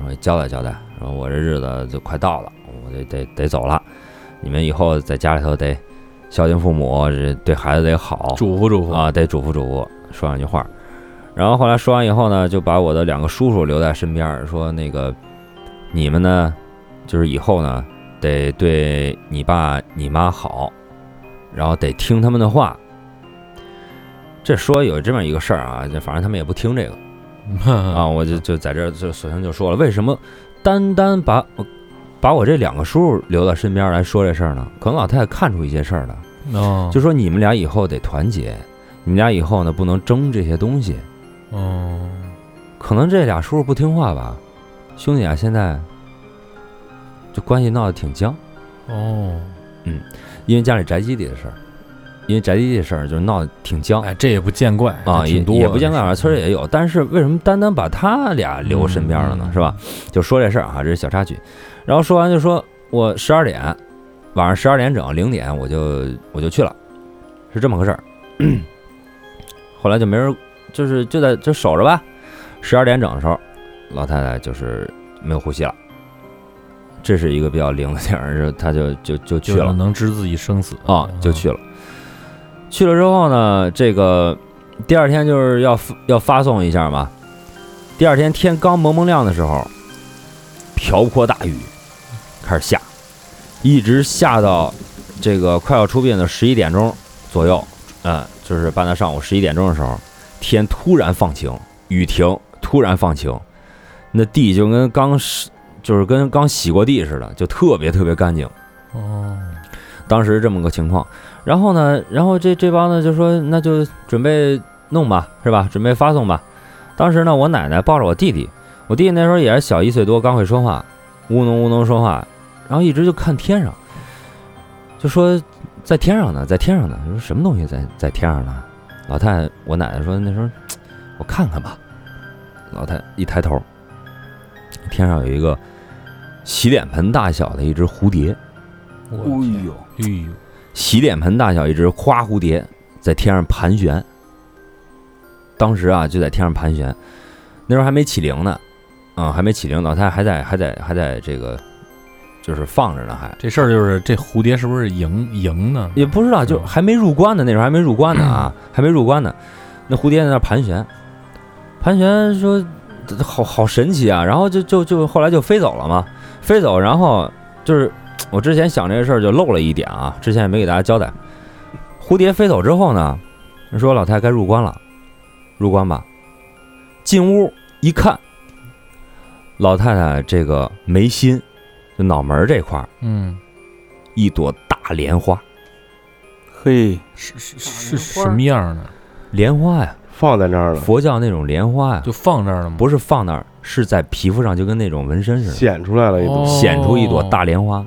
说交代交代，说我这日子就快到了，我得得得走了，你们以后在家里头得孝敬父母，这对孩子得好， 嘱咐嘱咐啊，得嘱咐嘱咐，说两句话。然后后来说完以后呢，就把我的两个叔叔留在身边，说那个你们呢，就是以后呢得对你爸你妈好，然后得听他们的话。这说有这么一个事儿啊，就反正他们也不听这个啊，我就就在这就索性就说了，为什么单单把把我这两个叔叔留在身边来说这事儿呢？可能老太太看出一些事儿了， 哦， 就说你们俩以后得团结，你们俩以后呢不能争这些东西。 哦， 可能这俩叔叔不听话吧，兄弟俩现在就关系闹得挺僵。 哦， 嗯，因为家里宅基地的事儿，因为宅基地的事儿就是闹得挺僵。 哎，这也不见怪啊，也挺多也不见怪，反正村儿也有。但是为什么单单把他俩留身边了呢？ 嗯、 是吧？就说这事儿啊，这是小插曲。然后说完就说我十二点，晚上十二点整零点我就我就去了，是这么个事儿。后来就没人。就是就在就守着吧，十二点整的时候，老太太就是没有呼吸了，这是一个比较灵的地儿，是她就就就去了， 能知自己生死啊，就去了。去了之后呢，这个第二天就是要要发送一下嘛。第二天天刚蒙蒙亮的时候，瓢泼大雨开始下，一直下到这个快要出殡的十一点钟左右，嗯，就是办到上午十一点钟的时候。天突然放晴，雨停，突然放晴，那地就跟刚洗，就是跟刚洗过地似的，就特别特别干净。 哦， 当时这么个情况。然后呢，然后这这帮呢就说，那就准备弄吧，是吧？准备发送吧。当时呢，我奶奶抱着我弟弟，我弟弟那时候也是小一岁多，刚会说话，呜哝呜哝说话，然后一直就看天上，就说在天上呢，在天上呢。说什么东西在在天上呢？老太太，我奶奶说那时候我看看吧。老太太一抬头，天上有一个洗脸盆大小的一只蝴蝶。 哎呦， 哎呦， 洗脸盆大小一只花蝴蝶在天上盘旋。当时啊就在天上盘旋，那时候还没起灵呢，啊、嗯，还没起灵，老太太还在还在还在这个就是放着呢，还这事儿就是这蝴蝶是不是赢赢呢？ 也不知道，就还没入关呢，那时候还没入关呢啊，还没入关呢。那蝴蝶在那盘旋，盘旋说好好神奇啊，然后就就就后来就飞走了嘛，飞走，然后就是我之前想这个事儿就漏了一点啊，之前也没给大家交代。蝴蝶飞走之后呢，说老太太该入关了，入关吧。进屋一看，老太太这个眉心。就脑门这块儿， 嗯， 一朵大莲花， 嘿， 是是是什么样的莲花呀？ 放在那儿了， 佛教那种莲花呀， 就放这儿了吗？ 不是放那儿，是在皮肤上，就跟那种纹身似的， 显出来了一朵， 哦、 显出一朵大莲花。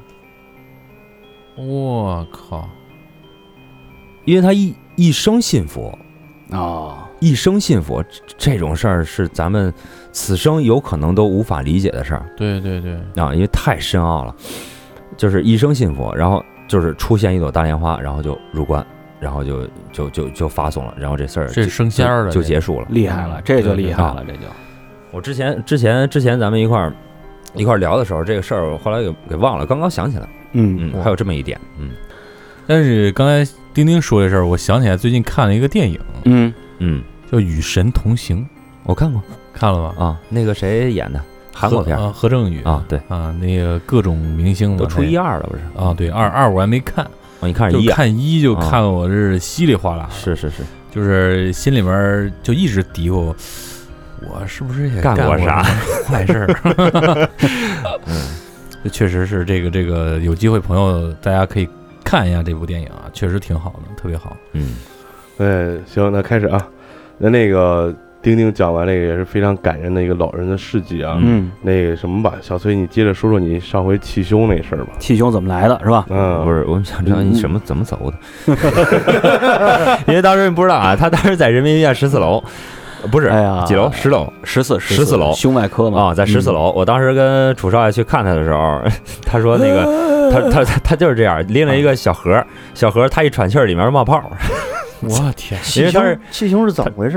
我靠！ 因为他一一生信佛啊、哦， 一生信佛，这种事儿是咱们此生有可能都无法理解的事儿。 对对对， 啊，因为太深奥了，就是一生信佛，然后就是出现一朵大莲花，然后就入关，然后就就就就发送了，然后这事儿这升仙儿了就结束了， 厉害了，这就厉害了，这就。 我之前之前之前咱们一块儿一块儿聊的时候，这个事儿我后来给给忘了，刚刚想起来， 嗯嗯，还有这么一点，嗯。 但是刚才丁丁说这事儿，我想起来最近看了一个电影， 嗯嗯， 叫《与神同行》， 我看过， 看了吗？ 啊，那个谁演的？韩国片啊，何正宇啊，对啊，那个各种明星都出一二了，不是？ 啊，对，二二我还没看， 哦，你看一， 一看一就看得我是稀里哗啦， 是是是， 就是心里面就一直嘀咕，我是不是也干过啥坏事儿？嗯，确实是这个这个，有机会朋友大家可以看一下这部电影啊，确实挺好的，特别好。 嗯， 对，行，那开始啊，那那个。丁丁讲完那个也是非常感人的一个老人的事迹啊， 嗯， 那个什么吧，小崔你接着说说你上回气胸那事儿吧。 气胸怎么来的，是吧？ 嗯， 不是，我们想知道你什么、嗯、怎么走的，因为当时不知道啊，他当时在人民医院十四楼，不是， 哎呀， 几楼？十楼， 十四， 十四楼， 胸外科嘛， 啊，在十四楼、嗯。我当时跟楚少爷去看他的时候，他说那个，他他他他就是这样，拎了一个小盒，小盒他一喘气儿里面冒泡。 我天， 因为他是气胸是怎么回事？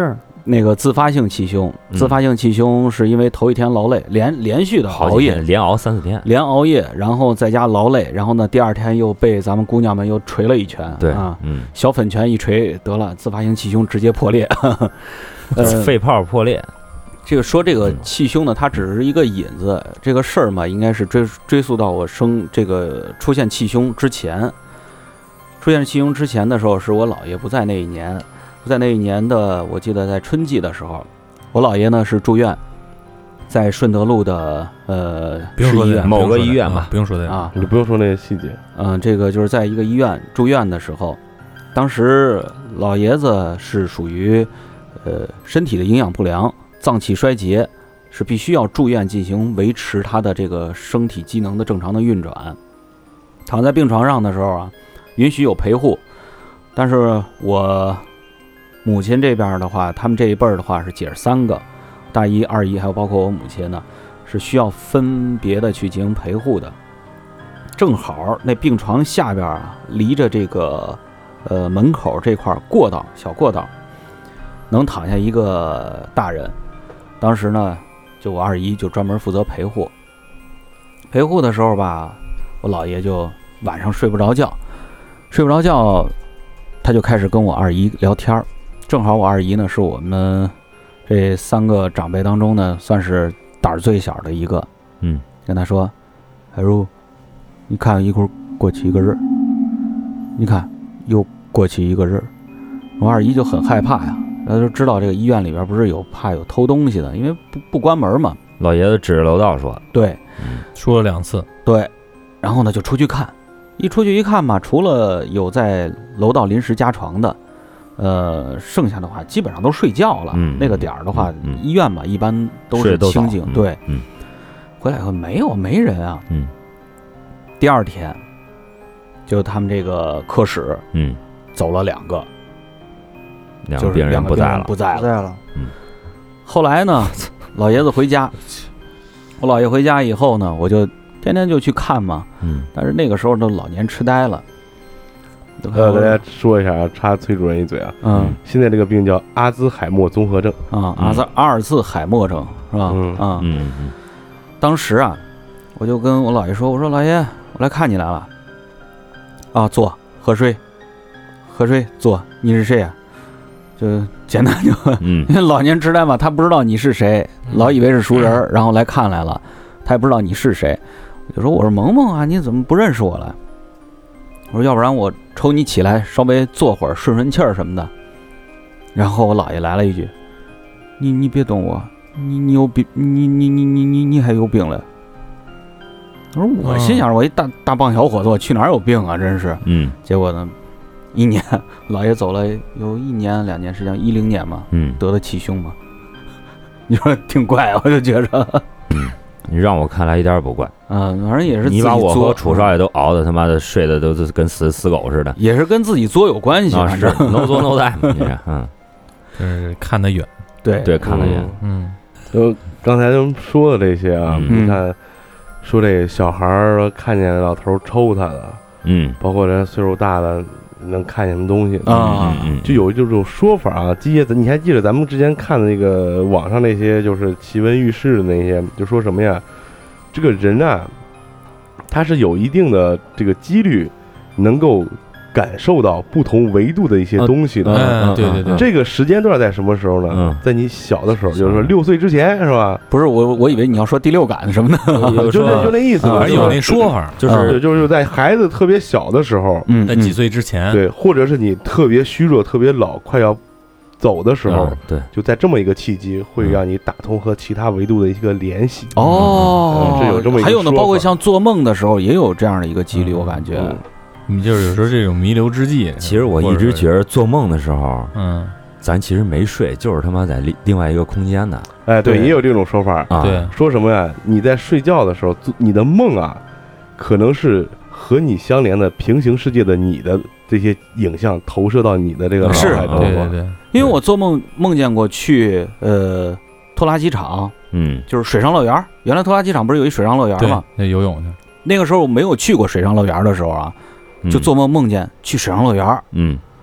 那个自发性气胸，自发性气胸是因为头一天劳累，连连续的熬夜， 连熬三四天， 连熬夜，然后在家劳累，然后呢，第二天又被咱们姑娘们又捶了一拳， 对啊， 嗯， 小粉拳一捶得了，自发性气胸直接破裂，呵呵呃， 肺泡破裂。 这个说这个气胸呢，它只是一个引子，这个事儿嘛，应该是追追溯到我生这个出现气胸之前，出现气胸之前的时候，是我姥爷不在那一年。在那一年的，我记得在春季的时候，我姥爷呢是住院，在顺德路的呃市医院某个医院吧， 不用说的啊， 你不用说那些细节。 嗯，这个就是在一个医院住院的时候，当时老爷子是属于呃身体的营养不良，脏器衰竭，是必须要住院进行维持他的这个身体机能的正常的运转。躺在病床上的时候啊，允许有陪护，但是我母亲这边的话，他们这一辈儿的话是姐儿三个，大姨、二姨还有包括我母亲呢，是需要分别的去进行陪护的。正好那病床下边啊，离着这个呃门口这块过道小过道，能躺下一个大人。当时呢，就我二姨就专门负责陪护。陪护的时候吧，我姥爷就晚上睡不着觉，睡不着觉，他就开始跟我二姨聊天儿。正好我二姨呢是我们这三个长辈当中呢算是胆儿最小的一个， 嗯， 跟他说：“海如，你看一会儿过去一个人，你看又过去一个人。”我二姨就很害怕呀，然后就知道这个医院里边不是有怕有偷东西的，因为不不关门嘛。 老爷子指着楼道说：“ 对， 说了两次， 对。”然后呢就出去看，一出去一看嘛，除了有在楼道临时加床的。呃，剩下的话基本上都睡觉了。 嗯， 那个点儿的话， 嗯嗯、 医院嘛，一般都是清静。对， 嗯， 回来以后没有没人啊。 嗯， 第二天，就他们这个科室， 嗯， 走了两个， 两个病人不在了， 不在了， 不在了。 嗯， 后来呢，老爷子回家，我姥爷回家以后呢，我就天天就去看嘛。 嗯， 但是那个时候都老年痴呆了。 呃，跟大家说一下啊，插崔主任一嘴啊， 嗯， 现在这个病叫阿兹海默综合症啊，阿兹阿尔茨海默症是吧？ 嗯啊， 嗯嗯， 当时啊，我就跟我姥爷说，我说姥爷，我来看你来了，啊，坐，喝水，喝水，坐，你是谁呀？就简单就， 嗯， 因为老年痴呆嘛，他不知道你是谁，老以为是熟人，然后来看来了，他也不知道你是谁，我就说我是萌萌啊，你怎么不认识我了？我说要不然我抽你起来，稍微坐会儿顺顺气儿什么的。然后我姥爷来了一句：“你你别动我，你你有病，你你你你你你还有病了。”我说我心想，我一大大棒小伙子，我去哪儿有病啊？真是。 嗯。 结果呢，一年姥爷走了有一年两年时间，一零年嘛， 嗯， 得了气胸嘛。你说挺怪，我就觉着。 嗯。你让我看来一点也不怪， 嗯，反正也是你把我和楚少爷都熬的他妈的睡的都是跟死死狗似的， 也是跟自己作有关系啊，是 no 作 no die 嘛，你是，嗯， 就是看得远， 对对，看得远， 嗯， 就刚才咱们说的这些啊， 嗯、 你看，说这小孩儿看见老头抽他了， 嗯， 包括人岁数大的能看见什么东西啊， 嗯， 就有这种说法啊，记得你还记得咱们之前看的那个网上那些就是奇闻异事的那些，就说什么呀？这个人啊，他是有一定的这个几率能够感受到不同维度的一些东西的。 嗯，对对对。 这个时间段在什么时候呢？ 嗯、 在你小的时候，就是说六岁之前，是吧？ 不是我，我以为你要说第六感什么的， 就那就那意思。 反正有那说法， 就是就是在孩子特别小的时候， 嗯， 在几岁之前， 对，或者是你特别虚弱、特别老、快要走的时候， 嗯、对， 就在这么一个契机，会让你打通和其他维度的一个联系。 哦， 这有这么一个还有呢，包括像做梦的时候也有这样的一个几率，我感觉。 你就是有时候这种弥留之际， 其实我一直觉得做梦的时候， 嗯， 咱其实没睡，就是他妈在另另外一个空间的。 哎，对，也有这种说法啊。 对， 说什么呀？你在睡觉的时候，你的梦啊，可能是和你相连的平行世界的你的这些影像投射到你的这个脑海中。 对对对， 因为我做梦梦见过去呃拖拉机场， 嗯， 就是水上乐园。原来拖拉机场不是有一水上乐园吗？ 对，游泳去。 那个时候我没有去过水上乐园的时候啊。就做梦梦见去水上乐园， 嗯，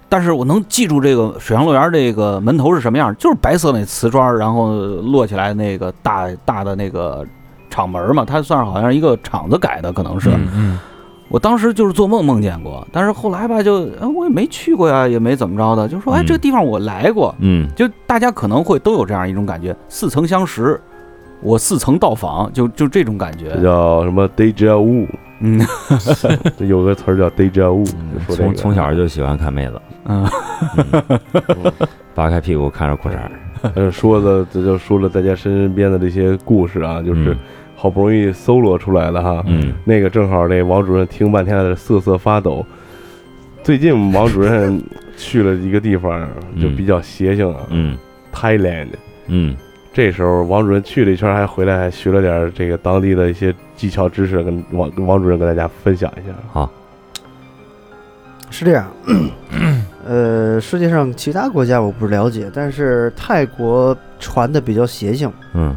但是我能记住这个水上乐园这个门头是什么样，就是白色那瓷砖，然后摞起来那个大大的那个厂门嘛，它算是好像一个厂子改的，可能是。 嗯嗯， 我当时就是做梦梦见过，但是后来吧就，就我也没去过呀，也没怎么着的，就说哎，这个地方我来过， 嗯， 就大家可能会都有这样一种感觉，似曾相识，我似曾到访，就就这种感觉。 这叫什么 déjà vu？ 嗯， 有个词儿叫 déjà vu， 嗯说这个从从小就喜欢看妹子， 嗯， 嗯扒开屁股看着裤衩儿， 呃，说的这就说了大家身边的这些故事啊，就是嗯好不容易搜罗出来的哈。 嗯那个正好那王主任听半天的瑟瑟发抖。最近王主任去了一个地方，就比较邪性啊， 嗯 Thailand。 嗯这时候王主任去了一圈，还回来还学了点这个当地的一些技巧知识，跟王跟王主任跟大家分享一下。 好， 是这样，呃，世界上其他国家我不是了解，但是泰国传的比较邪性。 嗯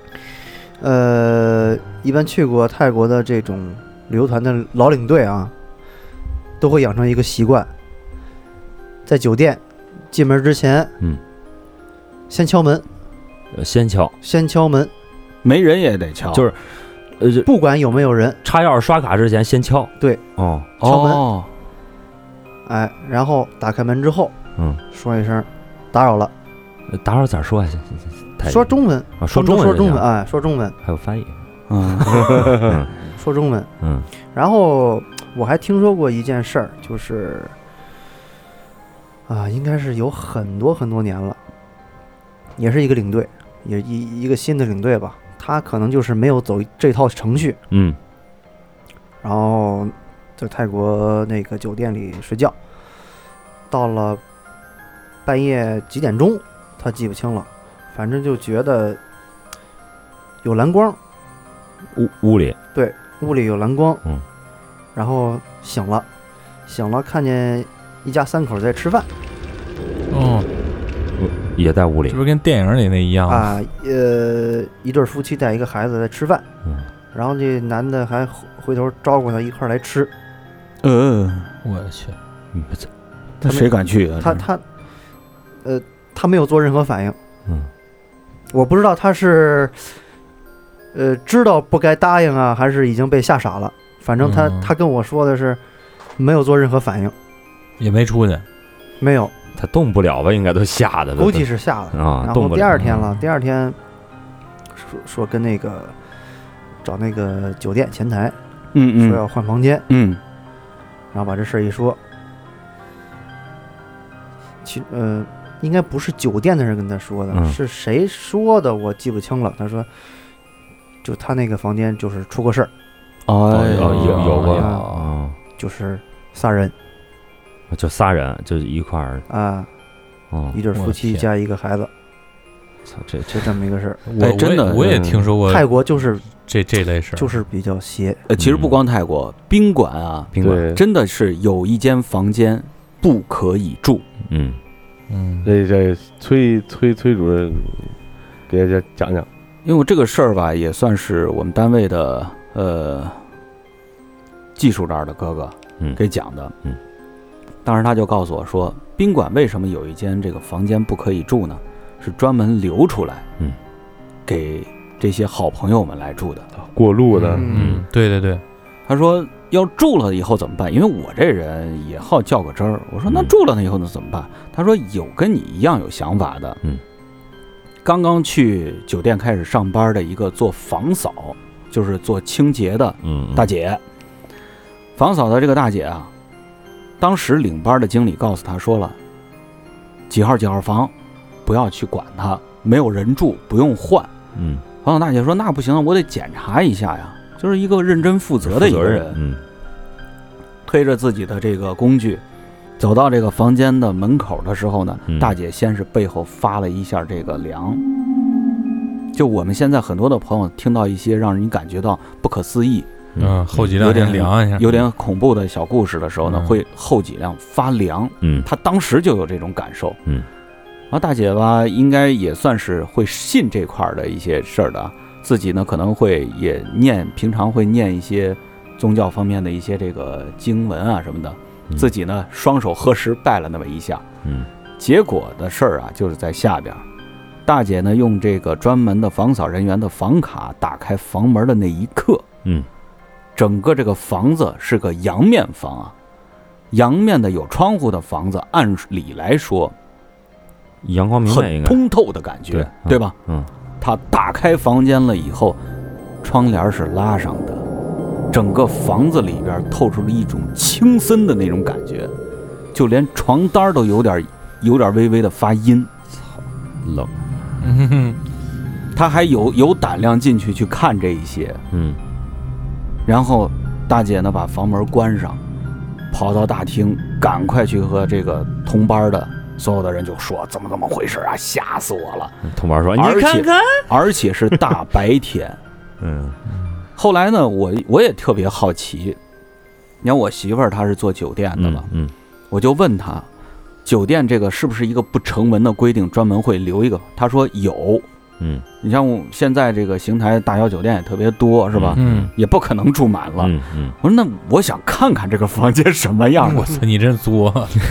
呃，一般去过泰国的这种旅游团的老领队啊，都会养成一个习惯，在酒店进门之前， 嗯， 先敲门， 呃先敲， 先敲门， 没人也得敲， 就是呃就不管有没有人， 插钥匙刷卡之前先敲， 对， 哦， 敲门哦， 哎，然后打开门之后嗯， 说一声打扰了， 呃打扰咋说啊？太说中文， 啊，说他们中文就行都说中文，哎，说中文， 还有翻译， 嗯嗯说中文。 嗯然后我还听说过一件事儿，就是啊，应该是有很多很多年了，也是一个领队，也一一个新的领队吧，他可能就是没有走这套程序， 嗯然后在泰国那个酒店里睡觉，到了半夜几点钟，他记不清了，反正就觉得有蓝光， 屋屋里， 屋里有蓝光， 嗯， 然后醒了，醒了看见一家三口在吃饭哦， 也在屋里这不，是跟电影里那一样吗？ 啊，呃，一对夫妻带一个孩子在吃饭， 嗯然后这男的还回头招呼他一块儿来吃， 呃， 我去， 嗯他谁敢去啊？ 他他，呃，他没有做任何反应， 嗯我不知道他是，呃，知道不该答应啊，还是已经被吓傻了，反正他、 嗯他跟我说的是没有做任何反应， 也没出去， 没有， 他动不了吧？应该都吓的， 估计是吓了。 啊， 然后第动不了二天了，第二天说说跟那个找那个酒店前台嗯嗯说要换房间， 嗯然后把这事儿一说，其呃应该不是酒店的人跟他说的， 嗯是谁说的我记不清了。他说就他那个房间就是出过事儿， 哦哦有有过哎呀啊， 就是仨人就仨人就一块儿， 啊， 哦， 一对夫妻我天加一个孩子， 操这这就这么一个事儿。 我哎真的我也我也嗯听说过泰国就是这这类事儿， 就是比较邪， 呃，其实不光泰国，宾馆啊， 宾馆， 对， 真的是有一间房间不可以住。 嗯嗯， 这这崔崔崔主任给大家讲讲。 因为这个事儿吧，也算是我们单位的呃技术这儿的哥哥嗯给讲的。 嗯， 当时他就告诉我说，宾馆为什么有一间这个房间不可以住呢？是专门留出来， 嗯， 给这些好朋友们来住的。 过路的， 嗯嗯，对对对， 他说要住了以后怎么办？因为我这人也好较个真儿。我说那嗯住了那以后那怎么办？他说有跟你一样有想法的。 嗯， 刚刚去酒店开始上班的一个做房嫂，就是做清洁的嗯， 大姐。房嫂的这个大姐啊，当时领班的经理告诉她说了，几号几号房，不要去管它，没有人住，不用换。 嗯， 房嫂大姐说那不行，我得检查一下呀。就是一个认真负责的一个负责人， 嗯推着自己的这个工具，走到这个房间的门口的时候呢， 嗯大姐先是背后发了一下这个凉。就我们现在很多的朋友听到一些让人感觉到不可思议、 嗯，后脊梁有点先凉一下， 有点恐怖的小故事的时候呢， 嗯会后脊梁发凉。 嗯她当时就有这种感受。 嗯， 然后大姐吧，应该也算是会信这块儿的一些事儿的，自己呢可能会也念，平常会念一些宗教方面的一些这个经文啊什么的。 自己呢双手合十拜了那么一下。 嗯， 结果的事儿啊，就是在下边，大姐呢用这个专门的防扫人员的房卡打开房门的那一刻， 嗯， 整个这个房子是个阳面房啊，阳面的有窗户的房子，按理来说阳光明媚应该很通透的感觉， 对对吧？ 嗯， 他打开房间了以后，窗帘是拉上的，整个房子里边透出了一种清森的那种感觉，就连床单都有点有点微微的发阴。 冷。 嗯哼， 他还有有胆量进去去看这一些， 嗯， 然后大姐呢把房门关上，跑到大厅，赶快去和这个同班的所有的人就说怎么怎么回事啊，吓死我了。 同伴说而且你看看， 而且是大白天。 嗯后来呢，我我也特别好奇，你看我媳妇儿她是做酒店的嘛， 嗯我就问她，酒店这个是不是一个不成文的规定，专门会留一个？她说有。 嗯你像我现在这个邢台大小酒店也特别多，是吧？ 嗯， 也不可能住满了。 嗯嗯我说那我想看看这个房间什么样的。 我操，你真作！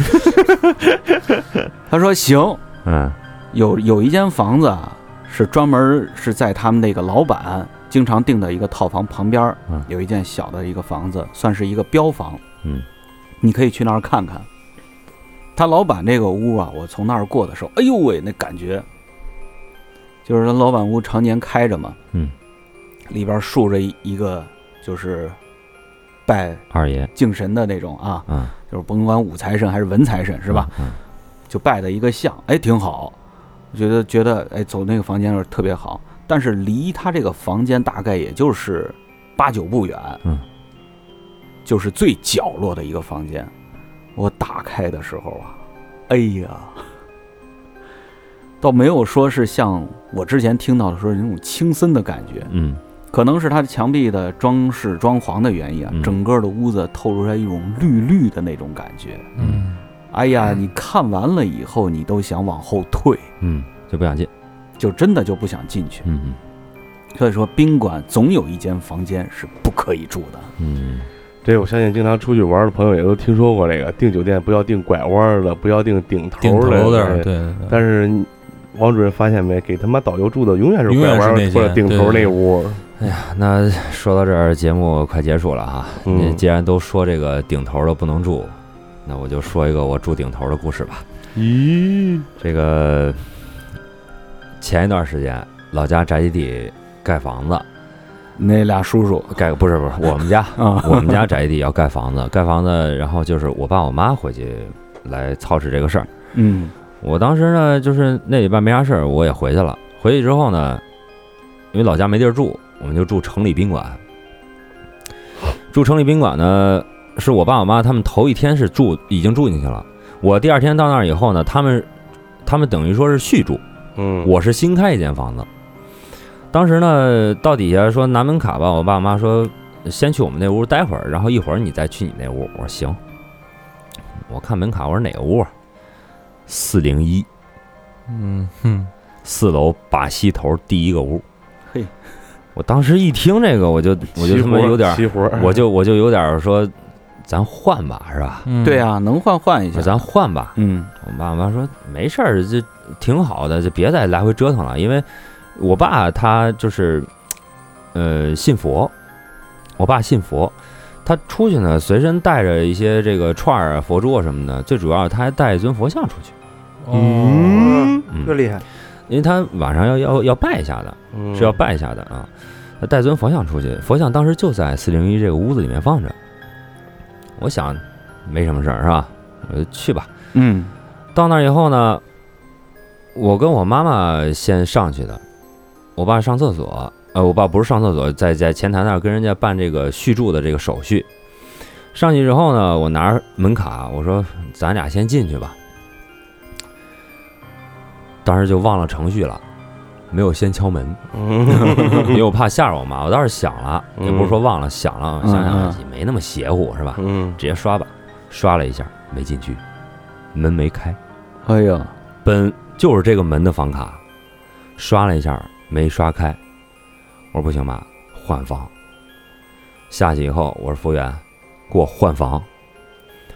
他说行， 嗯有有一间房子啊，是专门是在他们那个老板经常订的一个套房旁边， 嗯有一间小的一个房子，算是一个标房。 嗯， 你可以去那儿看看。他老板这个屋啊，我从那儿过的时候，哎呦喂，那感觉就是他老板屋常年开着嘛， 嗯， 里边竖着一个就是拜二爷敬神的那种啊， 嗯就是甭管武财神还是文财神是吧？ 嗯就拜的一个像，哎，挺好。我觉得觉得哎，走那个房间的时候特别好，但是离他这个房间大概也就是八九步远， 嗯， 就是最角落的一个房间。我打开的时候啊，哎呀，倒没有说是像我之前听到的说那种清森的感觉， 嗯可能是它的墙壁的装饰装潢的原因啊， 嗯整个的屋子透露出来一种绿绿的那种感觉。 嗯， 哎呀，你看完了以后，你都想往后退， 嗯，就不想进。 就真的就不想进去。 嗯所以说，宾馆总有一间房间是不可以住的。 嗯这我相信经常出去玩的朋友也都听说过这个，订酒店不要订拐弯的，不要订顶头顶头的， 哎对对对。 但是王主任发现没，给他妈导游住的永远是永远是拐弯那间或者顶头那屋。 哎呀，那说到这儿，节目快结束了哈。 嗯既然都说这个顶头的不能住，那我就说一个我住顶头的故事吧。 咦， 这个前一段时间，老家宅基地盖房子， 那俩叔叔盖不是不是我们家啊， 我们家宅基地要盖房子，盖房子，然后就是我爸我妈回去来操持这个事儿。 嗯我当时呢，就是那礼拜没啥事儿，我也回去了。回去之后呢，因为老家没地儿住，我们就住城里宾馆。住城里宾馆呢，是我爸我妈他们头一天是住已经住进去了。我第二天到那儿以后呢，他们他们等于说是续住， 嗯， 我是新开一间房子。当时呢，到底下说拿门卡吧，我爸我妈说先去我们那屋待会儿，然后一会儿你再去你那屋。我说行。我看门卡，我说哪个屋啊？四零一， 嗯哼， 四楼把西头第一个屋。 嘿， 我当时一听这个，我就我就他妈有点， 齐活， 我就我就有点说，咱换吧，是吧？ 嗯对啊，能换换一下， 咱换吧。 嗯我爸我妈说没事儿，这挺好的，就别再来回折腾了。因为我爸他就是，呃，信佛，我爸信佛，他出去呢，随身带着一些这个串儿啊、佛珠啊什么的，最主要他还带一尊佛像出去。 哦， 嗯嗯这厉害， 因为他晚上要要要拜一下的， 嗯是要拜一下的啊。他带尊佛像出去，佛像当时就在四零一这个屋子里面放着。我想没什么事儿是吧？我就去吧。 嗯到那儿以后呢，我跟我妈妈先上去的，我爸上厕所，呃，我爸不是上厕所，在在前台那儿跟人家办这个续住的这个手续。上去之后呢，我拿着门卡，我说咱俩先进去吧。当时就忘了程序了，没有先敲门，因为我怕吓着我妈。我倒是想了，也不是说忘了，想了， 嗯想想嗯也没那么邪乎是吧？ 嗯， 直接刷吧，刷了一下没进去，门没开。 哎呀， 本就是这个门的房卡，刷了一下没刷开。我说不行吧，换房。下去以后，我说服务员，给我换房。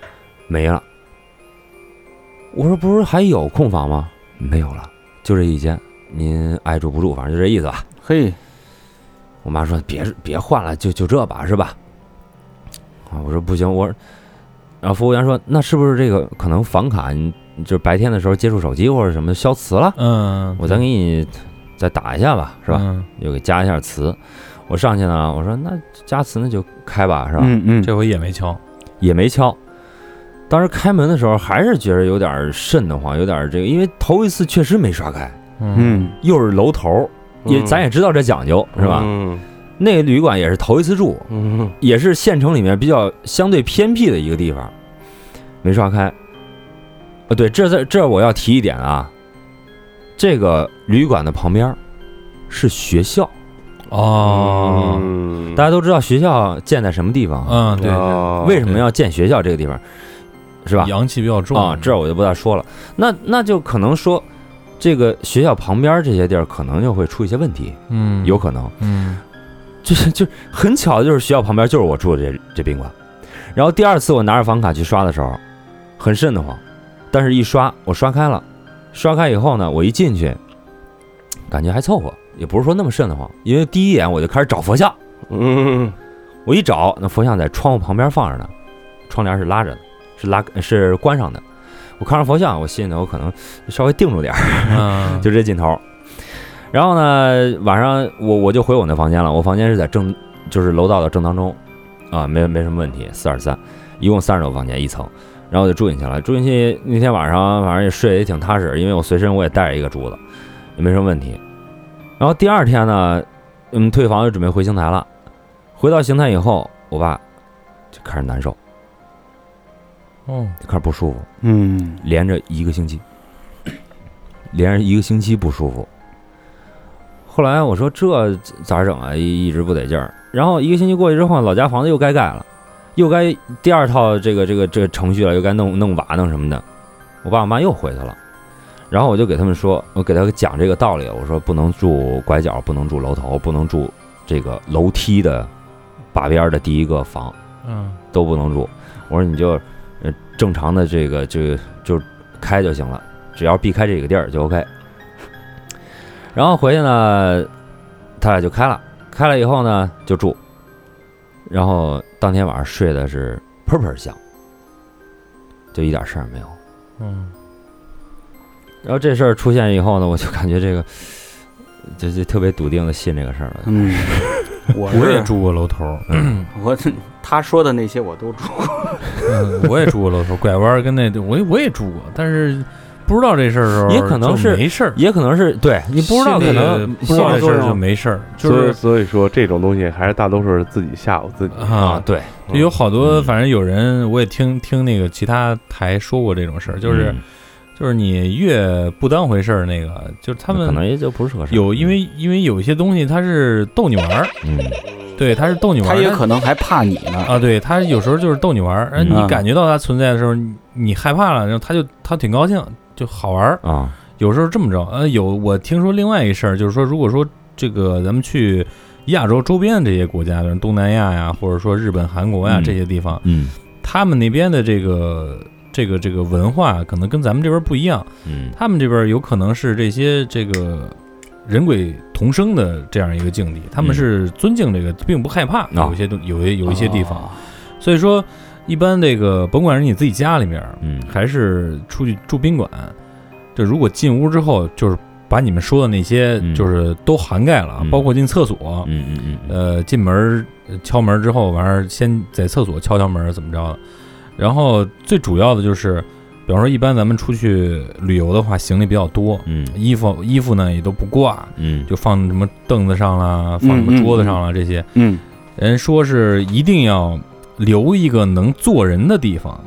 没了。我说不是还有空房吗？没有了，就这一间，您爱住不住，反正就这意思吧。 嘿， 我妈说别别换了，就就这吧，是吧？啊，我说不行，我，然后服务员说那是不是这个可能房卡你就是白天的时候接触手机或者什么消磁了？ 嗯， 我再给你再打一下吧，是吧？ 嗯、 又给加一下磁。我上去呢，我说那加磁那就开吧，是吧？ 嗯嗯， 这回也没敲， 也没敲。当时开门的时候还是觉得有点瘆得慌，有点这个，因为头一次确实没刷开， 嗯， 又是楼头，也咱也知道这讲究，是吧？ 嗯， 那个旅馆也是头一次住， 嗯， 也是县城里面比较相对偏僻的一个地方，没刷开。呃，对，这在这我要提一点啊，这个旅馆的旁边是学校哦， 嗯大家都知道学校建在什么地方， 嗯，对对， 哦为什么要建学校这个地方，是吧？ 阳气比较重啊，这我就不再说了。那那就可能说，这个学校旁边这些地儿可能就会出一些问题， 嗯， 有可能。 嗯， 就是就很巧，就是学校旁边就是我住的这这宾馆。然后第二次我拿着房卡去刷的时候，很瘆得慌，但是一刷我刷开了，刷开以后呢，我一进去，感觉还凑合，也不是说那么瘆得慌，因为第一眼我就开始找佛像。 嗯， 我一找，那佛像在窗户旁边放着呢，窗帘是拉着的，是拉是关上的。我看着佛像，我心里头可能稍微定住点儿， 嗯， 就这劲头。然后呢，晚上我我就回我那房间了，我房间是在正就是楼道的正当中，啊，没没什么问题，四二三，一共三十多房间一层，然后我就住进去了。住进去那天晚上，反正也睡得也挺踏实，因为我随身我也带着一个珠子，也没什么问题。然后第二天呢，嗯，退房就准备回邢台了。回到邢台以后，我爸就开始难受， 哦， 就开始不舒服， 嗯， 连着一个星期，连着一个星期不舒服。后来我说这咋整啊？一一直不得劲儿。然后一个星期过去之后，老家房子又该盖了，又该第二套这个这个这个程序了，又该弄弄瓦弄什么的。我爸我妈又回去了，然后我就给他们说，我给他讲这个道理，我说不能住拐角，不能住楼头，不能住这个楼梯的把边的第一个房， 嗯， 都不能住。我说你就呃正常的这个这个就开就行了，只要避开这个地儿就 OK。然后回去呢，他俩就开了，开了以后呢就住，然后当天晚上睡的是砰砰响，就一点事儿没有。 嗯， 然后这事儿出现以后呢，我就感觉这个就就特别笃定的信这个事儿了。 嗯，我是我也住过楼头， 我他说的那些我都住过。 嗯，我也住过楼头，拐弯跟那我也我也住过，但是不知道这事儿的时候， 也可能是没事儿， 也可能是对你不知道，可能不知道这事儿就没事儿，就是所以所以说这种东西还是大多数是自己吓唬自己啊， 对， 就有好多， 嗯反正有人我也听听那个其他台说过这种事儿，就是嗯就是你越不当回事儿，那个就是他们可能也就不是合适。 有，因为因为有一些东西它是逗你玩儿， 嗯对，它是逗你玩他儿， 也可能还怕你呢。 啊，对，他有时候就是逗你玩儿，而嗯你感觉到它存在的时候，你你害怕了，然后他就他挺高兴，就好玩儿。 啊有时候这么着，呃，有我听说另外一事儿，就是说，如果说这个咱们去亚洲周边的这些国家，比如东南亚呀，或者说日本、韩国呀嗯这些地方， 嗯他们那边的这个这个这个文化可能跟咱们这边不一样， 嗯他们这边有可能是这些这个人鬼同生的这样一个境地，他们是尊敬这个，并不害怕，有一些东有一有一些地方， 哦所以说一般这个甭管是你自己家里面， 嗯还是出去住宾馆，这如果进屋之后，就是把你们说的那些， 嗯就是都涵盖了， 嗯包括进厕所， 嗯嗯嗯呃，进门呃敲门之后，完事儿先在厕所敲敲门怎么着的，然后最主要的就是，比方说一般咱们出去旅游的话，行李比较多， 嗯衣服衣服呢也都不挂， 嗯就放什么凳子上啦，放什么桌子上啦，这些， 嗯， 人说是一定要留一个能坐人的地方。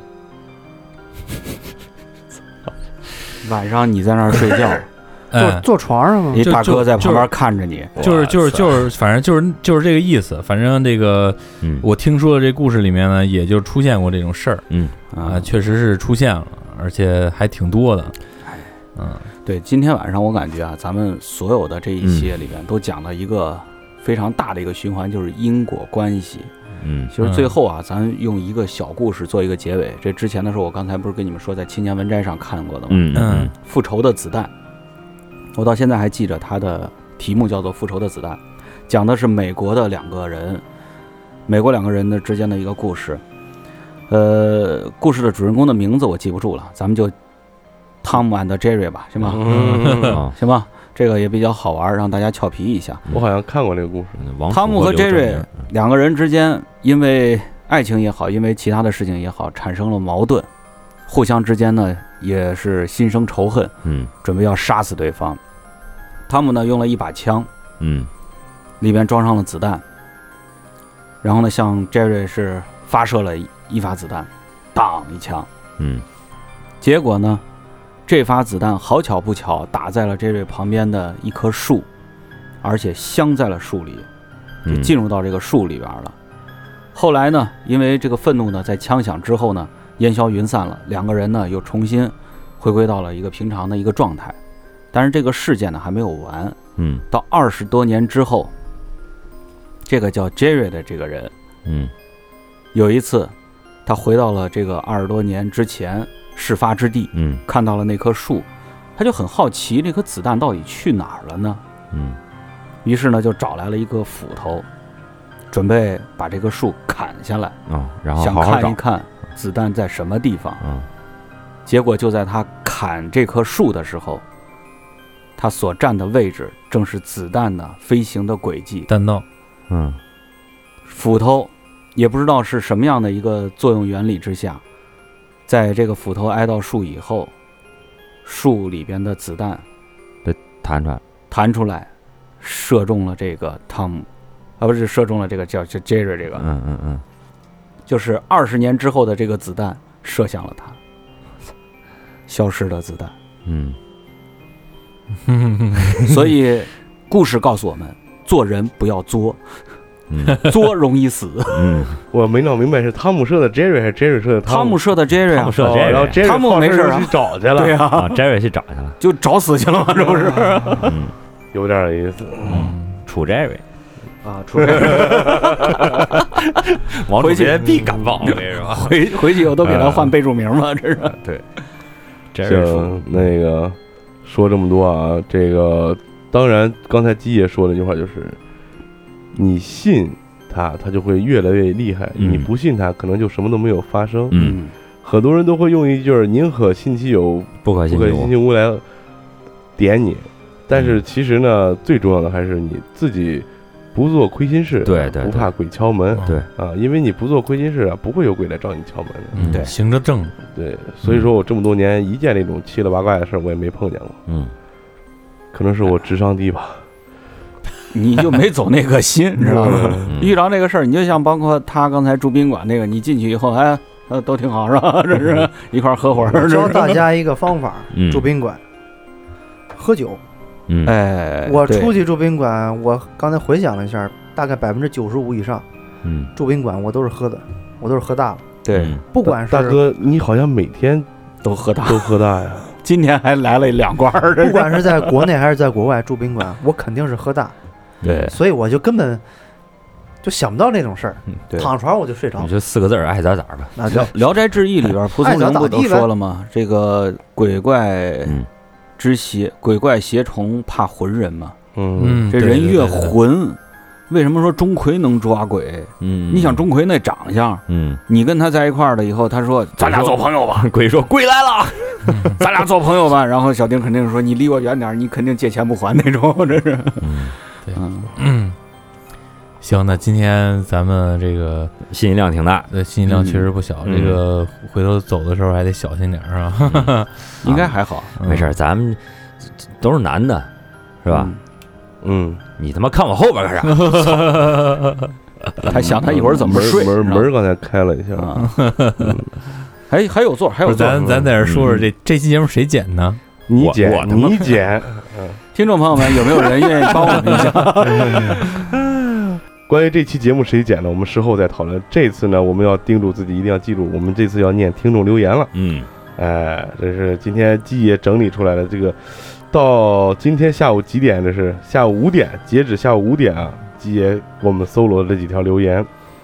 晚上你在那儿睡觉， 哎坐坐床上吗？ 一大就哥在旁就边看着你。 就是就是就是，反正就是就是这个意思。反正这个嗯我听说的这故事里面呢，也就出现过这种事儿嗯啊，确实是出现了，而且还挺多的。嗯， 对，今天晚上我感觉啊，咱们所有的这一些里边都讲了一个非常大的一个循环，就是因果关系。 嗯其实最后啊，咱用一个小故事做一个结尾。这之前的时候，我刚才不是跟你们说在青年文摘上看过的吗？ 嗯嗯复仇的子弹，我到现在还记着它的题目叫做《复仇的子弹》，讲的是美国的两个人，美国两个人的之间的一个故事。呃，故事的主人公的名字我记不住了，咱们就 Tom and Jerry 吧，行吧？ 嗯啊， 行吧，这个也比较好玩，让大家俏皮一下。 我好像看过这个故事。 王汤姆和刘正 Jerry 明两个人之间，因为爱情也好，因为其他的事情也好，产生了矛盾，互相之间呢也是心生仇恨， 嗯准备要杀死对方。汤姆呢用了一把枪， 嗯里边装上了子弹，然后呢向 Jerry 是发射了一发子弹，当一枪。 嗯结果呢，这发子弹好巧不巧打在了 Jerry 旁边的一棵树，而且镶在了树里，就嗯进入到这个树里边了。后来呢，因为这个愤怒呢，在枪响之后呢，烟消云散了，两个人呢又重新回归到了一个平常的一个状态。但是这个事件呢还没有完， 嗯到二十多年之后，这个叫 Jerry 的这个人， 嗯有一次他回到了这个二十多年之前事发之地， 嗯看到了那棵树，他就很好奇这颗子弹到底去哪儿了呢？ 嗯于是呢就找来了一个斧头，准备把这棵树砍下来， 哦，然后想好好找看一看子弹在什么地方。 嗯结果就在他砍这棵树的时候，他所站的位置正是子弹的飞行的轨迹。 弹道， 嗯斧头也不知道是什么样的一个作用原理之下，在这个斧头挨到树以后，树里边的子弹弹出来， 弹出来，射中了这个汤姆，啊不是射中了这个叫叫 Jerry 这个， 嗯嗯嗯就是二十年之后的这个子弹射向了他，消失的子弹。 嗯所以故事告诉我们，做人不要作， 嗯作容易死。 嗯， 我没弄明白是汤姆射的 Jerry 还是 Jerry 射的姆？ 汤姆射的 Jerry 啊汤姆，射哦 Jerry 然后 Jerry 汤姆没事啊放车去找去了。 对啊， 啊，Jerry 去找去了， 就找死去了嘛，这不是？ 嗯， 有点意思。 嗯， 处 Jerry， 啊，出来王回去主编必感冒，这是吧？ 回回去以后都给他换备注名嘛，这是。 对，Jerry 处行，那个说这么多啊，这个当然刚才鸡爷说的那句话就是，你信他，他就会越来越厉害； 嗯你不信他，可能就什么都没有发生。 嗯， 很多人都会用一句儿“宁可信其有， 不可不可信其无， 信其无”来点你，但是其实呢，最重要的还是你自己不做亏心事， 对对对不怕鬼敲门对啊，因为你不做亏心事啊，不会有鬼来找你敲门的。 嗯对行着正， 对，所以说我这么多年一见那种七了八怪的事儿，我也没碰见过， 嗯可能是我智商低吧。 你就没走那个心，你知道吗？ 嗯遇着这个事儿，你就像包括他刚才住宾馆那个，你进去以后，哎，呃，都挺好是吧？这是一块儿合伙儿， 教大家一个方法， 嗯住宾馆喝酒。 嗯， 哎，对我出去住宾馆，我刚才回想了一下，大概百分之九十五以上嗯住宾馆我都是喝的，我都是喝大了， 对嗯不管是大哥，你好像每天都喝大， 都喝大呀？ 今天还来了两罐儿，这是不管是在国内还是在国外住宾馆，我肯定是喝大， 对所以我就根本就想不到那种事儿， 对。 躺床上我就睡着你。就四个字儿，爱咋咋吧。 那就 《聊斋志异》里边，蒲松龄不都说了吗？这个鬼怪嗯之邪，鬼怪邪虫怕浑人嘛。 嗯， 嗯， 这人越对对对对浑，为什么说钟馗能抓鬼？ 嗯， 你想钟馗那长相， 嗯， 你跟他在一块儿了以后，他说咱俩做朋友吧， 鬼说鬼来了， 咱俩做朋友吧。然后小丁肯定说你离我远点儿，你肯定借钱不还那种，这是。 嗯， 对嗯， 嗯，行，那今天咱们这个信息量挺大， 呃信息量确实不小， 嗯这个回头走的时候还得小心点儿是吧？ 应该还好， 嗯没事儿，咱们都是男的，是吧？ 嗯， 你他妈看我后边干啥？ 嗯？他想他一会儿怎么睡？ 门是吧门儿刚才开了一下， 啊，还还有座，还不是有座。 咱咱在这说说这这期节目谁剪呢？ 我你剪我他妈你剪。 听众朋友们，有没有人愿意帮我们一下？ 关于这期节目谁剪的，我们事后再讨论。这次呢，我们要叮嘱自己一定要记住，我们这次要念听众留言了。 嗯哎，这是今天季爷整理出来的这个，到今天下午几点？这是下午五点，截止下午五点啊。季爷给我们搜罗的这几条留言，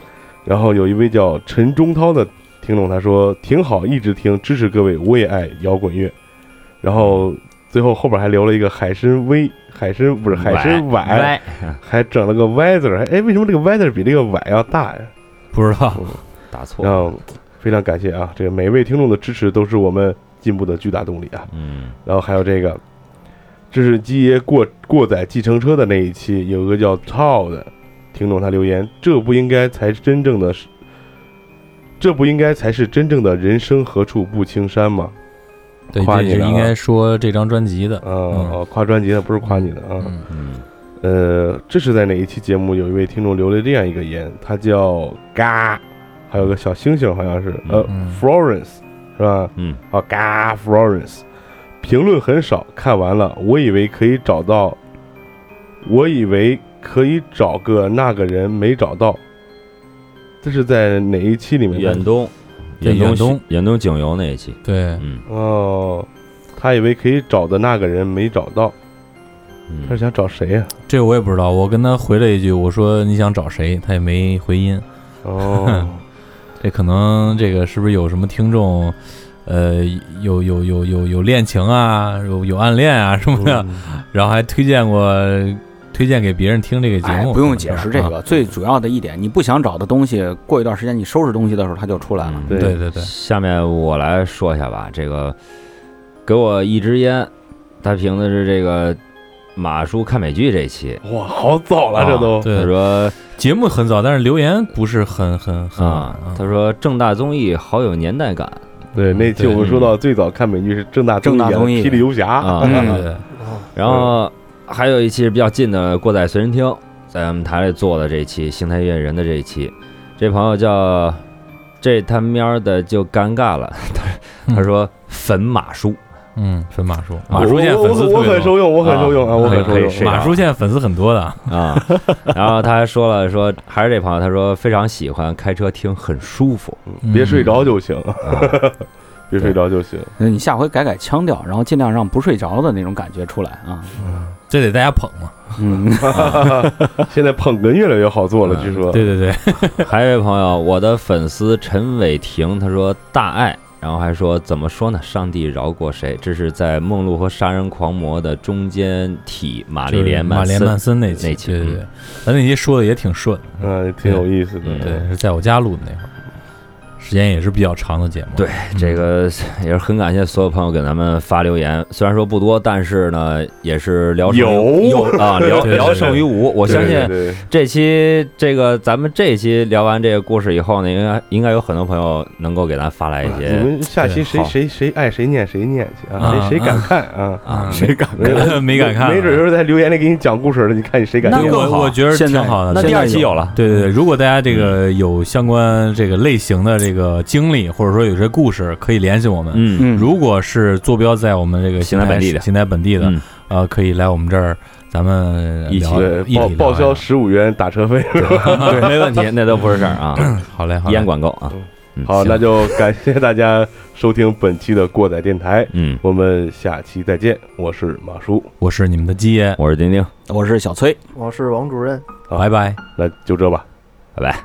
然后有一位叫陈忠涛的听众，他说挺好，一直听，支持各位，我也爱摇滚乐。然后最后后边还留了一个海参崴，海参不是海参崴，还整了个 Y 字，哎，为什么这个 Y 字比这个崴要大呀？ 不知道， 嗯、 打错。 然后非常感谢啊，这个每位听众的支持都是我们进步的巨大动力啊。 嗯， 然后还有这个，这是基爷过过载计程车的那一期，有个叫超的听众他留言，这不应该才真正的是，这不应该才是真正的人生何处不青山吗？ 对， 夸你了、啊， 这是应该说这张专辑的， 嗯哦，夸专辑的不是夸你的啊。 嗯， 呃，这是在哪一期节目？有一位听众留了这样一个言，他叫嘎，还有个小星星，好像是呃、 嗯、 Florence 是吧？ 嗯， 啊嘎 Florence， 评论很少，看完了，我以为可以找到，我以为可以找个那个人没找到。这是在哪一期里面？ 远东。 远东东远东景游那一期， 对， 嗯， 哦，他以为可以找的那个人没找到， 嗯、 他是想找谁呀、啊？ 这我也不知道，我跟他回了一句，我说你想找谁，他也没回音。 哦， 这可能这个是不是有什么听众，呃，有有有有有恋情啊，有有暗恋啊什么的， 嗯、 然后还推荐过。推荐给别人听这个节目、 哎，不用解释这个、 啊。 最主要的一点，你不想找的东西，过一段时间你收拾东西的时候，它就出来了。 嗯、 对对对对。 下面我来说一下吧，这个给我一支烟，他评的是这个马叔看美剧这一期。 哇，好早了、啊、这都。 对， 他说节目很早，但是留言不是很很很啊、嗯。他说正大综艺好有年代感。 对，那期我们说到最早看美剧是正大正大综艺霹雳游侠啊， 对对对。 然后。还有一期是比较近的过载随身听，在我们台里做的这一期星台乐人的这一期，这朋友叫这他喵的就尴尬了，他他说粉马叔， 嗯，粉马叔，马叔现在粉丝我很受用，我很受用啊，我很受用。 马叔现在粉丝很多的啊，然后他还说了说还是这朋友，他说非常喜欢开车听，很舒服， 嗯、别睡着就行。啊别睡着就行。 你下回改改腔调，然后尽量让不睡着的那种感觉出来啊。 嗯，这得大家捧嘛。 嗯， 现在捧哏越来越好做了，据说。 对对对。 还有一位朋友，我的粉丝陈伟霆，他说大爱，然后还说怎么说呢？上帝饶过谁？这是在梦露和杀人狂魔的中间体玛丽莲玛丽莲曼森那期，那期，对对对，咱那期说的也挺顺， 嗯，挺有意思的。 对，是在我家录的那会儿。时间也是比较长的节目， 对、嗯、这个也是很感谢所有朋友给咱们发留言，虽然说不多，但是呢也是聊胜于有啊聊聊胜于无。我相信这期这个咱们这期聊完这个故事以后呢，应该应该有很多朋友能够给咱发来一些。 你们下期谁谁谁爱谁念谁念去啊？谁谁敢看啊？ 啊， 谁敢看？没敢看， 没准就是在留言里给你讲故事的，你看你谁敢念？ 那我我觉得挺好的。 那第二期有了， 对对对，如果大家这个有相关这个类型的这个。这个经历或者说有些故事可以联系我们， 嗯， 如果是坐标在我们这个邢台本地的， 邢台本地的， 嗯、 呃，可以来我们这儿，咱们一起报报销十五元打车费， 对，没问题，那都不是事儿啊。 好嘞，好嘞， 烟管够啊。 嗯、好，那就感谢大家收听本期的过载电台， 嗯， 我们下期再见。我是马叔， 我是你们的鸡爷， 我是丁丁， 我是小崔， 我是王主任， 拜拜， 那就这吧， 拜拜。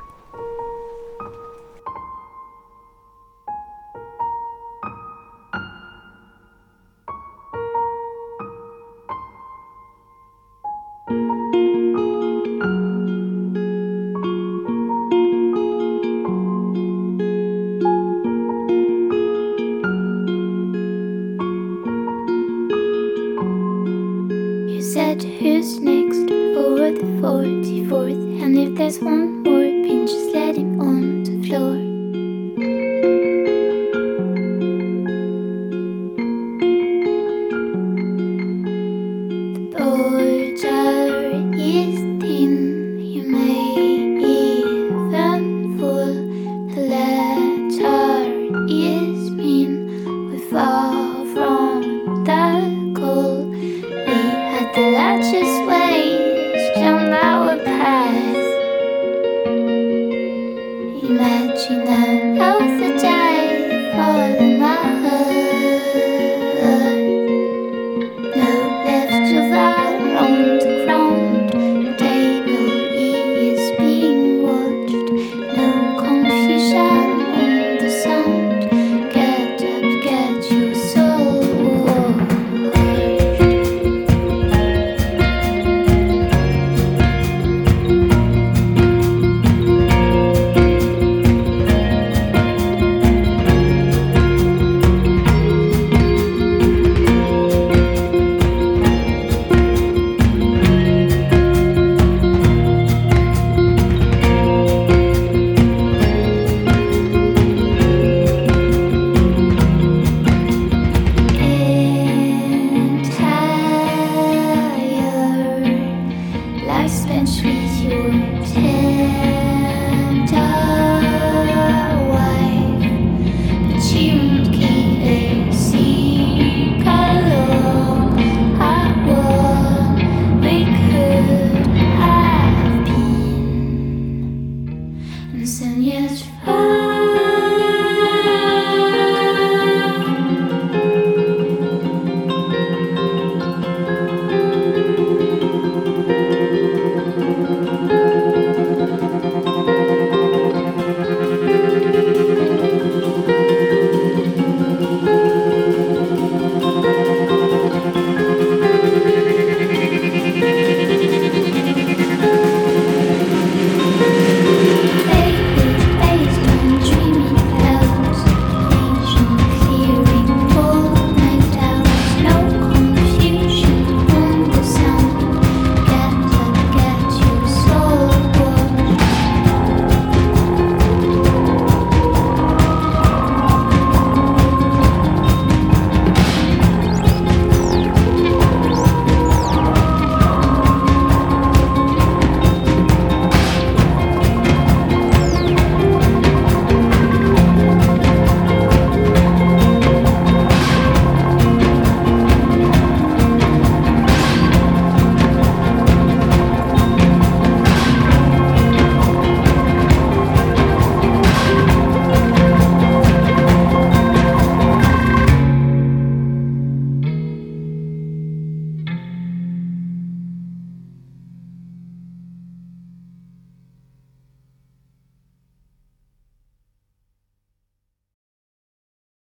Said who's next for the forty-fourth, and if there's one